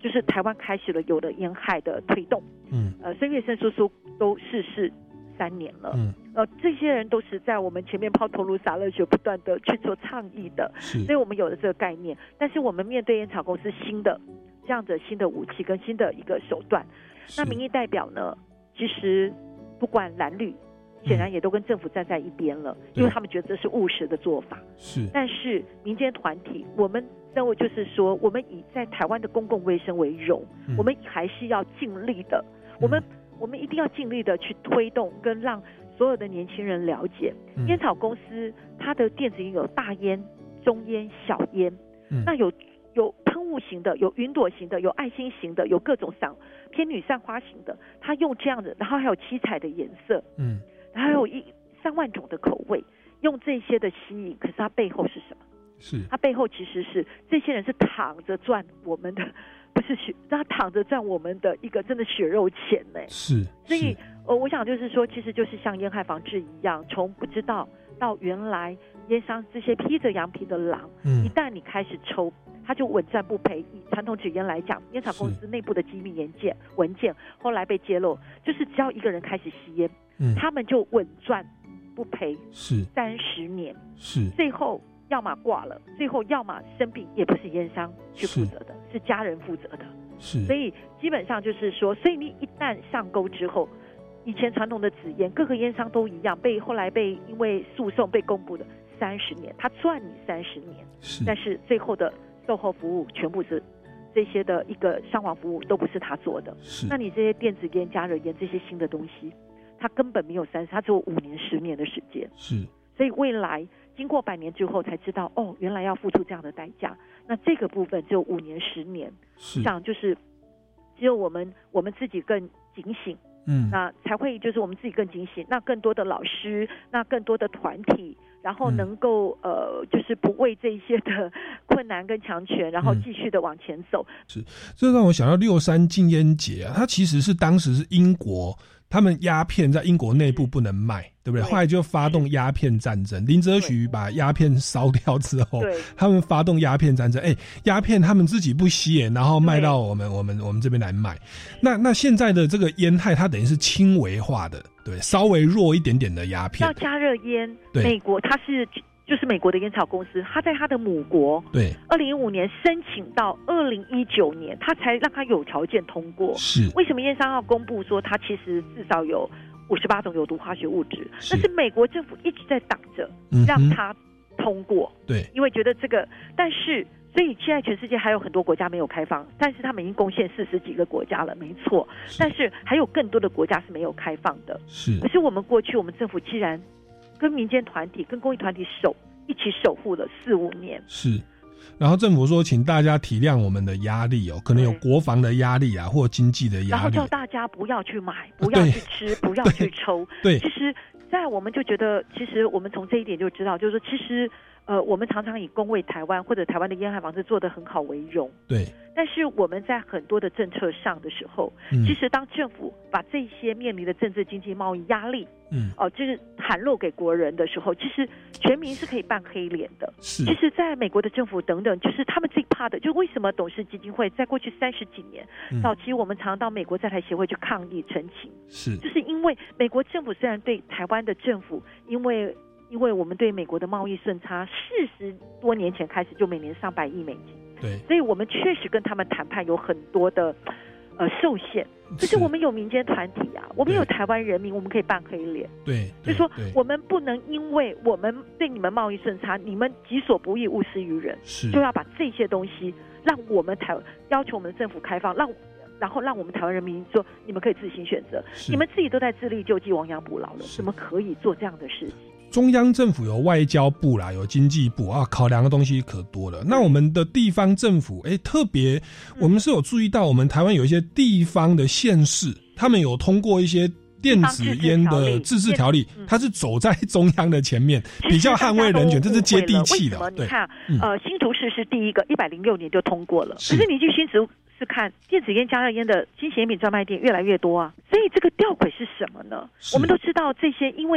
S4: 就是台湾开始了有了烟害的推动，
S3: 嗯，
S4: 呃，孙运生叔叔都逝世三年了，
S3: 嗯，
S4: 呃，这些人都是在我们前面抛头颅洒热血，不断的去做倡议的，
S3: 是，
S4: 所以我们有了这个概念。但是我们面对烟草公司新的这样的新的武器跟新的一个手段，那民意代表呢，其实不管蓝绿，显然也都跟政府站在一边了，嗯、因为他们觉得这是务实的做法。
S3: 是，
S4: 但是民间团体，我们认为就是说，我们以在台湾的公共卫生为荣，嗯、我们还是要尽力的，嗯、我们我们一定要尽力的去推动跟让所有的年轻人了解，嗯、烟草公司它的电子烟有大烟、中烟、小烟，嗯、那有有喷雾型的，有云朵型的，有爱心型的，有各种散偏女散花型的，它用这样的，然后还有七彩的颜色，嗯。还有一三万种的口味，用这些的吸引，可是它背后是什么？
S3: 是
S4: 它背后其实是这些人是躺着赚我们的，不是血，他躺着赚我们的一个真的血肉钱呢。
S3: 是，
S4: 所以呃，我想就是说，其实就是像烟害防治一样，从不知道到原来烟商这些披着羊皮的狼，嗯、一旦你开始抽，他就稳赚不赔。以传统纸烟来讲，烟草公司内部的机密文件文件后来被揭露，就是只要一个人开始吸烟。嗯、他们就稳赚不赔，
S3: 是
S4: 三十年，
S3: 是
S4: 最后要么挂了，最后要么生病，也不是烟商去负责的，是, 是家人负责的，
S3: 是。
S4: 所以基本上就是说，所以你一旦上钩之后，以前传统的纸烟，各个烟商都一样，被后来被因为诉讼被公布的三十年，他赚你三十年，
S3: 是。
S4: 但是最后的售后服务全部是这些的一个伤亡服务都不是他做的，
S3: 是。
S4: 那你这些电子烟、加热烟这些新的东西。它根本没有三十，它只有五年、十年的时间。
S3: 是，
S4: 所以未来经过百年之后才知道，哦，原来要付出这样的代价。那这个部分只有五年、十年，
S3: 是，
S4: 这样就是只有我们我们自己更警醒，
S3: 嗯，
S4: 那才会就是我们自己更警醒，那更多的老师，那更多的团体，然后能够、嗯、呃，就是不为这些的困难跟强权，然后继续的往前走。
S3: 嗯、是，这让我想到六三禁烟节啊，它其实是当时是英国。他们鸦片在英国内部不能卖，对不对？后来就发动鸦片战争，林则徐把鸦片烧掉之后，他们发动鸦片战争。哎，鸦片他们自己不吸，然后卖到我们我们我们这边来卖。那那现在的这个烟害，它等于是轻微化的，对，稍微弱一点点的鸦片。
S4: 要加热烟，美国它是。就是美国的烟草公司，他在他的母国，
S3: 对，
S4: 二零一五年申请到二零一九年，他才让他有条件通过。
S3: 是，
S4: 为什么烟商要公布说他其实至少有五十八种有毒化学物质？但是美国政府一直在挡着，让他通过。
S3: 嗯、对，
S4: 因为觉得这个，但是所以现在全世界还有很多国家没有开放，但是他们已经贡献四十几个国家了，没错。但是还有更多的国家是没有开放的。
S3: 是，
S4: 可是我们过去我们政府既然跟民间团体、跟公益团体守一起守护了四五年，
S3: 是。然后政府说，请大家体谅我们的压力哦，可能有国防的压力啊，或经济的压力。
S4: 然后叫大家不要去买，不要去吃，不要去抽。
S3: 对，
S4: 其实，在我们就觉得，其实我们从这一点就知道，就是说，其实。呃，我们常常以恭维台湾或者台湾的烟害防治做得很好为荣，
S3: 对。
S4: 但是我们在很多的政策上的时候，嗯、其实当政府把这些面临的政治、经济、贸易压力，嗯，哦、呃，就是袒露给国人的时候，其实全民是可以扮黑脸的。
S3: 是。
S4: 其实，在美国的政府等等，就是他们最怕的，就是为什么董事基金会在过去三十几年，嗯、早期我们常到美国在台协会去抗议陈情，
S3: 是，
S4: 就是因为美国政府虽然对台湾的政府，因为。因为我们对美国的贸易顺差，四十多年前开始就每年上百亿美金，
S3: 对，
S4: 所以我们确实跟他们谈判有很多的呃受限。可是我们有民间团体啊，我们有台湾人民，我们可以扮黑脸，
S3: 对，
S4: 就是说我们不能因为我们对你们贸易顺差，你们己所不欲，勿施于人，
S3: 是，
S4: 就要把这些东西让我们台要求我们的政府开放，让。然后让我们台湾人民说，你们可以自行选择，你们自己都在自力救济、亡羊补牢了，怎么可以做这样的事情？
S3: 中央政府有外交部啦，有经济部啊，考量的东西可多了。那我们的地方政府，哎，特别我们是有注意到，我们台湾有一些地方的县市，他们有通过一些电子烟的自治条例，它是走在中央的前面，比较捍卫人权，这是接地气的。
S4: 你看，呃，新竹市是第一个，一百零六年就通过了，可是你去新竹。是看电子烟、加热烟的新型烟品专卖店越来越多啊，所以这个吊诡是什么呢？我们都知道这些，因为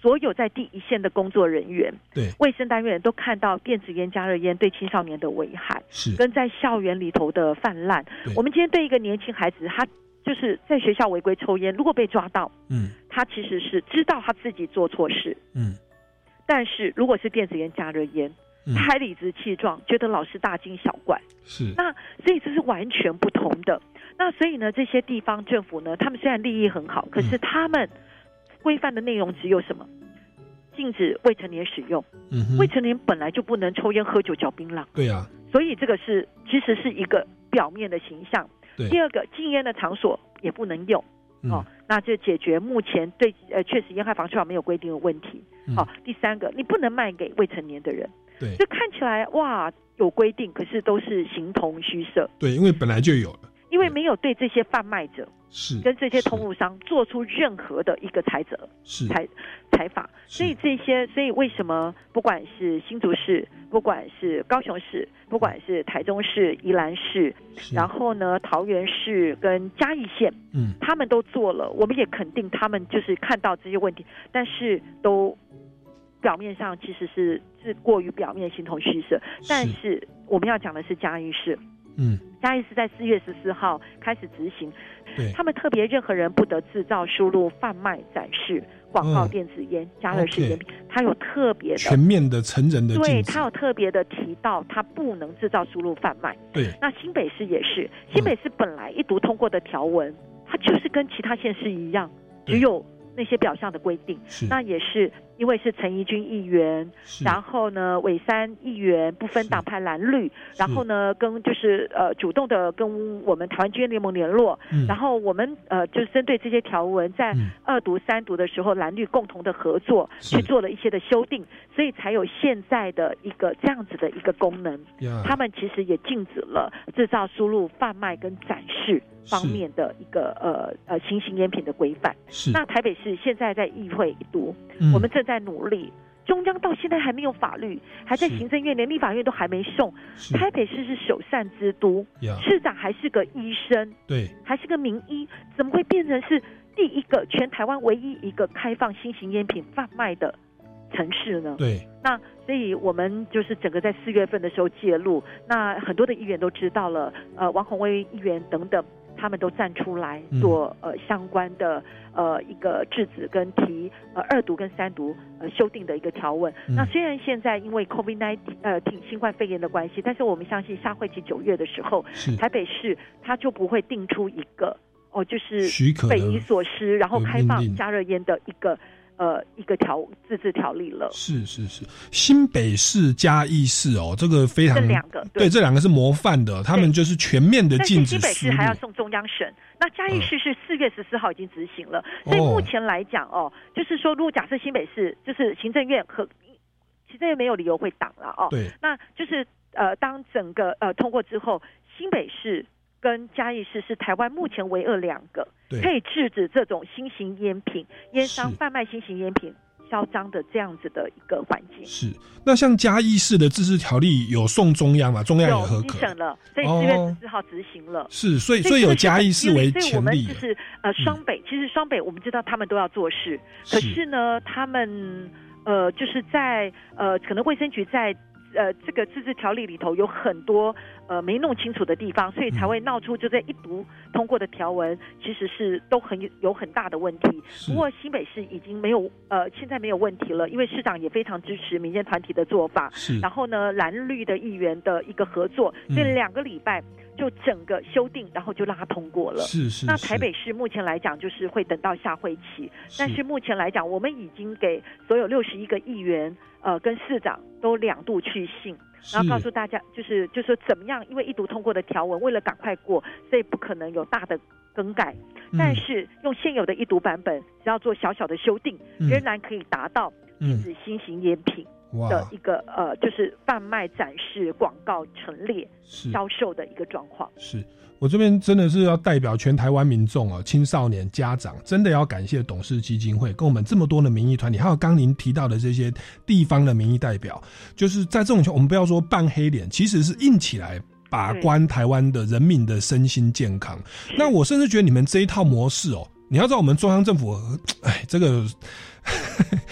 S4: 所有在第一线的工作人员，
S3: 对
S4: 卫生单元都看到电子烟、加热烟对青少年的危害，
S3: 是
S4: 跟在校园里头的泛滥。我们今天对一个年轻孩子，他就是在学校违规抽烟，如果被抓到，嗯，他其实是知道他自己做错事，嗯，但是如果是电子烟、加热烟，嗯、他还理直气壮，觉得老师大惊小怪，
S3: 是
S4: 那所以这是完全不同的。那所以呢，这些地方政府呢，他们虽然利益很好，可是他们规范的内容只有什么？禁止未成年使用。嗯，未成年本来就不能抽烟、喝酒、嚼槟榔。
S3: 对啊，
S4: 所以这个是其实是一个表面的形象。
S3: 对。
S4: 第二个，禁烟的场所也不能用。嗯、哦，那就解决目前对呃确实烟害防治法没有规定的问题。好、嗯哦，第三个，你不能卖给未成年的人。
S3: 对。
S4: 就看起来哇有规定，可是都是形同虚设。
S3: 对，因为本来就有了。
S4: 因为没有对这些贩卖者
S3: 是
S4: 跟这些通路商做出任何的一个裁责
S3: 是
S4: 裁裁罚，所以这些所以为什么不管是新竹市，不管是高雄市，不管是台中市、宜兰市，然后呢桃园市跟嘉义县，嗯，他们都做了，我们也肯定他们就是看到这些问题，但是都表面上其实是是过于表面形同虚设，但是我们要讲的是嘉义市。嗯，嘉义是在四月十四号开始执行，对，他们特别任何人不得制造、输入、贩卖、展示、广告电子烟、加热式烟品，他有特别的
S3: 全面的成人的禁止，
S4: 对，他有特别的提到，他不能制造、输入、贩卖。
S3: 对，
S4: 那新北市也是，新北市本来一读通过的条文，它就是跟其他县市一样，只有那些表象的规定，那也是因为是陈怡君议员，然后呢韦山议员不分党派蓝绿，然后呢跟就是呃主动的跟我们台湾军烟联盟联络，嗯、然后我们呃就是针对这些条文在二读三读的时候，蓝绿共同的合作去做了一些的修订，所以才有现在的一个这样子的一个功能。他们其实也禁止了制造、输入、贩卖跟展示方面的一个呃呃新型烟品的规范。那台北市现在在议会一读，嗯、我们正在努力。中央到现在还没有法律，还在行政院，连立法院都还没送。台北市是首善之都，市长还是个医生，
S3: 对，
S4: 还是个名医，怎么会变成是第一个全台湾唯一一个开放新型烟品贩卖的城市呢？
S3: 对，
S4: 那所以我们就是整个在四月份的时候介入，那很多的议员都知道了，呃，王宏威议员等等。他们都站出来做呃相关的呃一个制止跟提呃二读跟三读呃修订的一个条文。嗯、那虽然现在因为 COVID 十九 呃新冠肺炎的关系，但是我们相信下会期九月的时候，台北市它就不会定出一个哦就是匪夷所思，然后开放加热烟的一个。呃，一个条自治条例了，
S3: 是是是，新北市、嘉义市哦，这个非常
S4: 这两个
S3: 对, 对这两个是模范的，他们就是全面的禁止。
S4: 但是新北市还要送中央审，那嘉义市是四月十四号已经执行了，嗯、所以目前来讲哦，就是说，如果假设新北市就是行政院和行政院没有理由会挡了哦，
S3: 对，
S4: 那就是呃，当整个呃通过之后，新北市跟嘉义市是台湾目前唯二两个可以制止这种新型烟品、烟商贩卖新型烟品嚣张的这样子的一个环境。
S3: 是，那像嘉义市的自治条例有送中央嘛？中央也合可，
S4: 有审了，所以四月十四号执行了。
S3: 哦、是，所以所以有嘉义市为前例。
S4: 所以我们就是呃双北，嗯、其实双北我们知道他们都要做事，可是呢，他们呃就是在呃可能卫生局在。呃，这个自治条例里头有很多呃没弄清楚的地方，所以才会闹出就在一读通过的条文，其实是都很有很大的问题。不过新北市已经没有呃现在没有问题了，因为市长也非常支持民间团体的做法，然后呢蓝绿的议员的一个合作，所以两个礼拜就整个修订，然后就让它通过了。
S3: 是是。
S4: 那台北市目前来讲就是会等到下会期，但是目前来讲，我们已经给所有六十一个议员。呃，跟市长都两度去信，然后告诉大家，就是就是说怎么样，因为一读通过的条文，为了赶快过，所以不可能有大的更改。嗯、但是用现有的一读版本，只要做小小的修订，嗯、仍然可以达到禁止新型烟品的一个、嗯、呃，就是贩卖、展示、广告、陈列、销售的一个状况。
S3: 是。我这边真的是要代表全台湾民众哦，青少年家长，真的要感谢董事基金会跟我们这么多的民意团体，还有刚您提到的这些地方的民意代表，就是在这种情况，我们不要说扮黑脸，其实是硬起来把关台湾的人民的身心健康。那我甚至觉得你们这一套模式哦，你要知道我们中央政府，哎，这个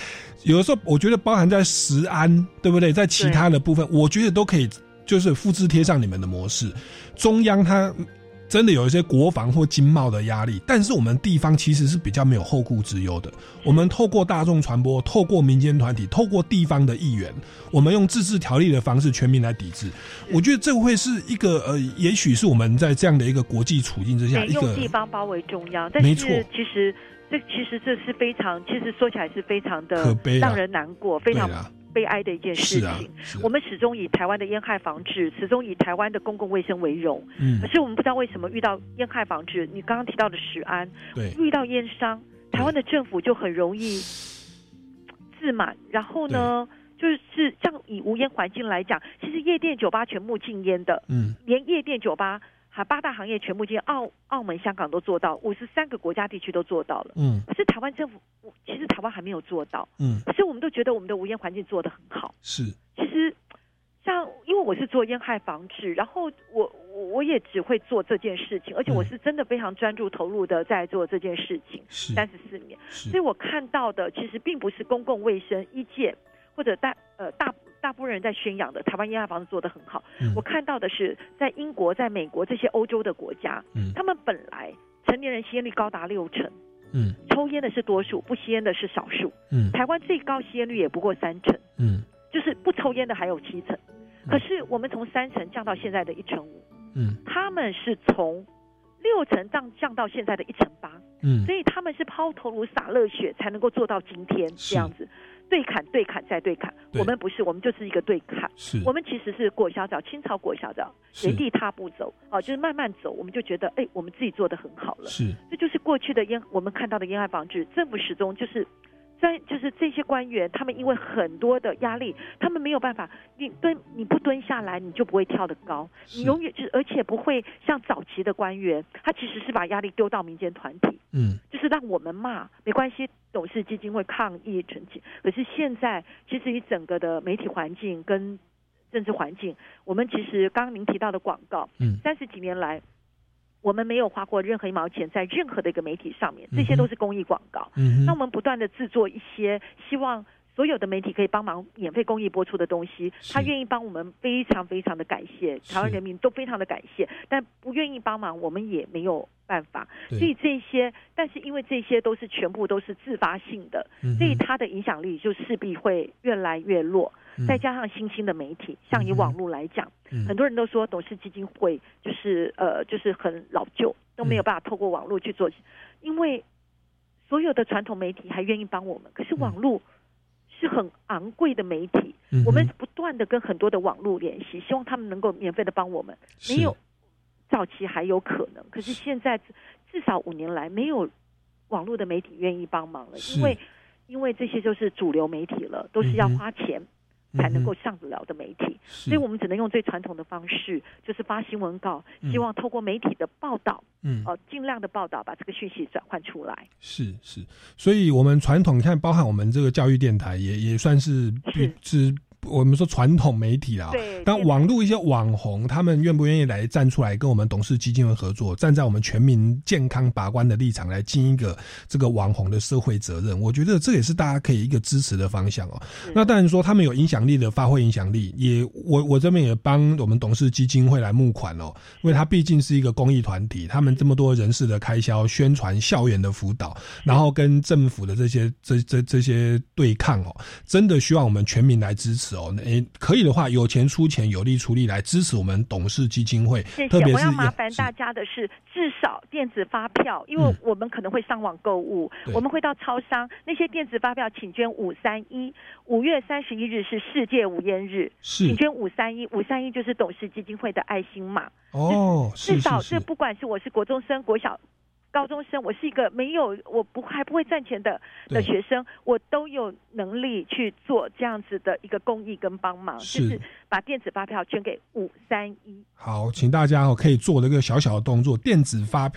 S3: 有的时候我觉得包含在食安，对不对？在其他的部分，我觉得都可以，就是复制贴上你们的模式。中央它真的有一些国防或经贸的压力，但是我们地方其实是比较没有后顾之忧的。我们透过大众传播，透过民间团体，透过地方的议员，我们用自治条例的方式全民来抵制。我觉得这会是一个呃，也许是我们在这样的一个国际处境之下，一个
S4: 用地方包围中央，但是其实这其实这是非常，其实说起来是非常的
S3: 可悲、啊、
S4: 让人难过，非常悲哀的一件事情。
S3: 啊啊、
S4: 我们始终以台湾的烟害防治，始终以台湾的公共卫生为荣。
S3: 嗯，
S4: 可是我们不知道为什么遇到烟害防治，你刚刚提到的食安，
S3: 对，
S4: 遇到烟商，台湾的政府就很容易自满。然后呢，就是像以无烟环境来讲，其实夜店酒吧全部禁烟的，
S3: 嗯，
S4: 连夜店酒吧。还八大行业全部禁，澳澳门、香港都做到，五十三个国家地区都做到了。
S3: 嗯，
S4: 可是台湾政府，其实台湾还没有做到。
S3: 嗯，
S4: 可是我们都觉得我们的无烟环境做得很好。
S3: 是，
S4: 其实像因为我是做烟害防治，然后我我我也只会做这件事情，而且我是真的非常专注投入的在做这件事情。三十四年，所以我看到的其实并不是公共卫生医界或者大呃大。大部分人在宣扬的台湾烟害防治做得很好、嗯，我看到的是在英国、在美国这些欧洲的国家，嗯、他们本来成年人吸烟率高达六成，
S3: 嗯，
S4: 抽烟的是多数，不吸烟的是少数，
S3: 嗯，
S4: 台湾最高吸烟率也不过三成，
S3: 嗯，
S4: 就是不抽烟的还有七成，嗯、可是我们从三成降到现在的一成五，
S3: 嗯，
S4: 他们是从六成降降到现在的一成八，
S3: 嗯，
S4: 所以他们是抛头颅洒热血才能够做到今天这样子。对砍对砍再对砍，我们不是，我们就是一个对砍。
S3: 是，
S4: 我们其实是裹小脚，清朝裹小脚，原地踏步走，哦、啊，就是慢慢走，我们就觉得，哎，我们自己做得很好了。
S3: 是，
S4: 这就是过去的烟，我们看到的烟害防治，政府始终就是。在就是这些官员，他们因为很多的压力，他们没有办法，你蹲你不蹲下来，你就不会跳得高，你永远就而且不会像早期的官员，他其实是把压力丢到民间团体，
S3: 嗯，
S4: 就是让我们骂没关系，董事基金会抗议澄清。可是现在其实以整个的媒体环境跟政治环境，我们其实刚刚您提到的广告，
S3: 嗯，
S4: 三十几年来。我们没有花过任何一毛钱在任何的一个媒体上面，这些都是公益广告。
S3: 嗯，
S4: 那我们不断的制作一些希望所有的媒体可以帮忙免费公益播出的东西，他愿意帮我们，非常非常的感谢，台湾人民都非常的感谢。但不愿意帮忙，我们也没有办法。所以这些，但是因为这些都是全部都是自发性的，
S3: 嗯、
S4: 所以它的影响力就势必会越来越弱。
S3: 嗯、
S4: 再加上新兴的媒体，像以网络来讲，
S3: 嗯、
S4: 很多人都说董事基金会就是呃就是很老旧，都没有办法透过网络去做，因为所有的传统媒体还愿意帮我们，可是网络是很昂贵的媒体，
S3: 嗯、
S4: 我们不断的跟很多的网络联系，希望他们能够免费的帮我们。没有早期还有可能，可是现在至少五年来没有网络的媒体愿意帮忙了，因为因为这些就是主流媒体了，都是要花钱。嗯才能够上得了的媒体，所以我们只能用最传统的方式，就是发新闻稿，希望透过媒体的报道，嗯，呃，尽量的报道，把这个讯息转换出来。
S3: 是是，所以我们传统看，包含我们这个教育电台也也算是是。是我们说传统媒体啦，但网络一些网红，他们愿不愿意来站出来跟我们董事基金会合作，站在我们全民健康把关的立场来尽一个这个网红的社会责任？我觉得这也是大家可以一个支持的方向哦。那当然说他们有影响力的发挥影响力，也我我这边也帮我们董事基金会来募款哦，因为它毕竟是一个公益团体，他们这么多人事的开销、宣传、校园的辅导，然后跟政府的这些这这这些对抗哦，真的需要我们全民来支持。哦，诶，可以的话，有钱出钱，有力出力来支持我们董事基金会。
S4: 谢谢。
S3: 特别是
S4: 我要麻烦大家的是，至少电子发票，因为我们可能会上网购物，嗯、我们会到超商，那些电子发票，请捐五三一。五月三十一日是世界无烟日，请捐五三一，五三一就是董事基金会的爱心码。
S3: 哦，
S4: 至少
S3: 是是是
S4: 这不管是我是国中生、国小。高中生，我是一个没有我不还不会赚钱的的学生，我都有能力去做这样子的一个公益跟帮忙，
S3: 是
S4: 就是把电子发票捐给五三一。
S3: 好，请大家哦可以做这个小小的动作，电子发票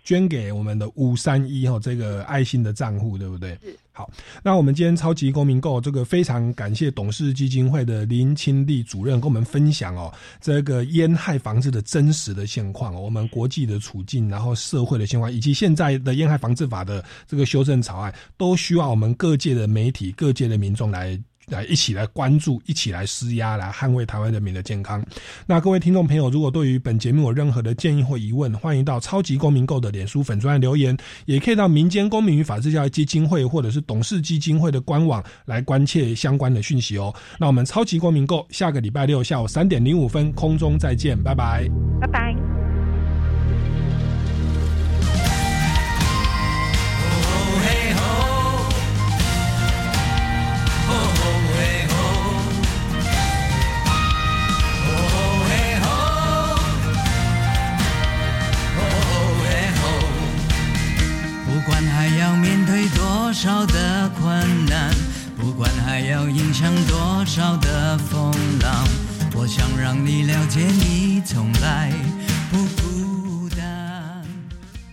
S3: 捐给我们的五三一哈这个爱心的账户，对不对？是。好，那我们今天超级公民购这个非常感谢董事基金会的林清丽主任跟我们分享哦，这个烟害防治的真实的现况、哦，我们国际的处境，然后社会的现况，以及现在的烟害防治法的这个修正草案，都需要我们各界的媒体、各界的民众来。来一起来关注，一起来施压，来捍卫台湾人民的健康。那各位听众朋友，如果对于本节目有任何的建议或疑问，欢迎到超级公民购的脸书粉专留言，也可以到民间公民与法治教育基金会或者是董事基金会的官网来关切相关的讯息哦。那我们超级公民购下个礼拜六下午三点零五分空中再见，拜拜，
S4: 拜拜。
S10: 不管还要面对多少的困难，不管还要迎向多少的风浪，我想让你了解，你从来不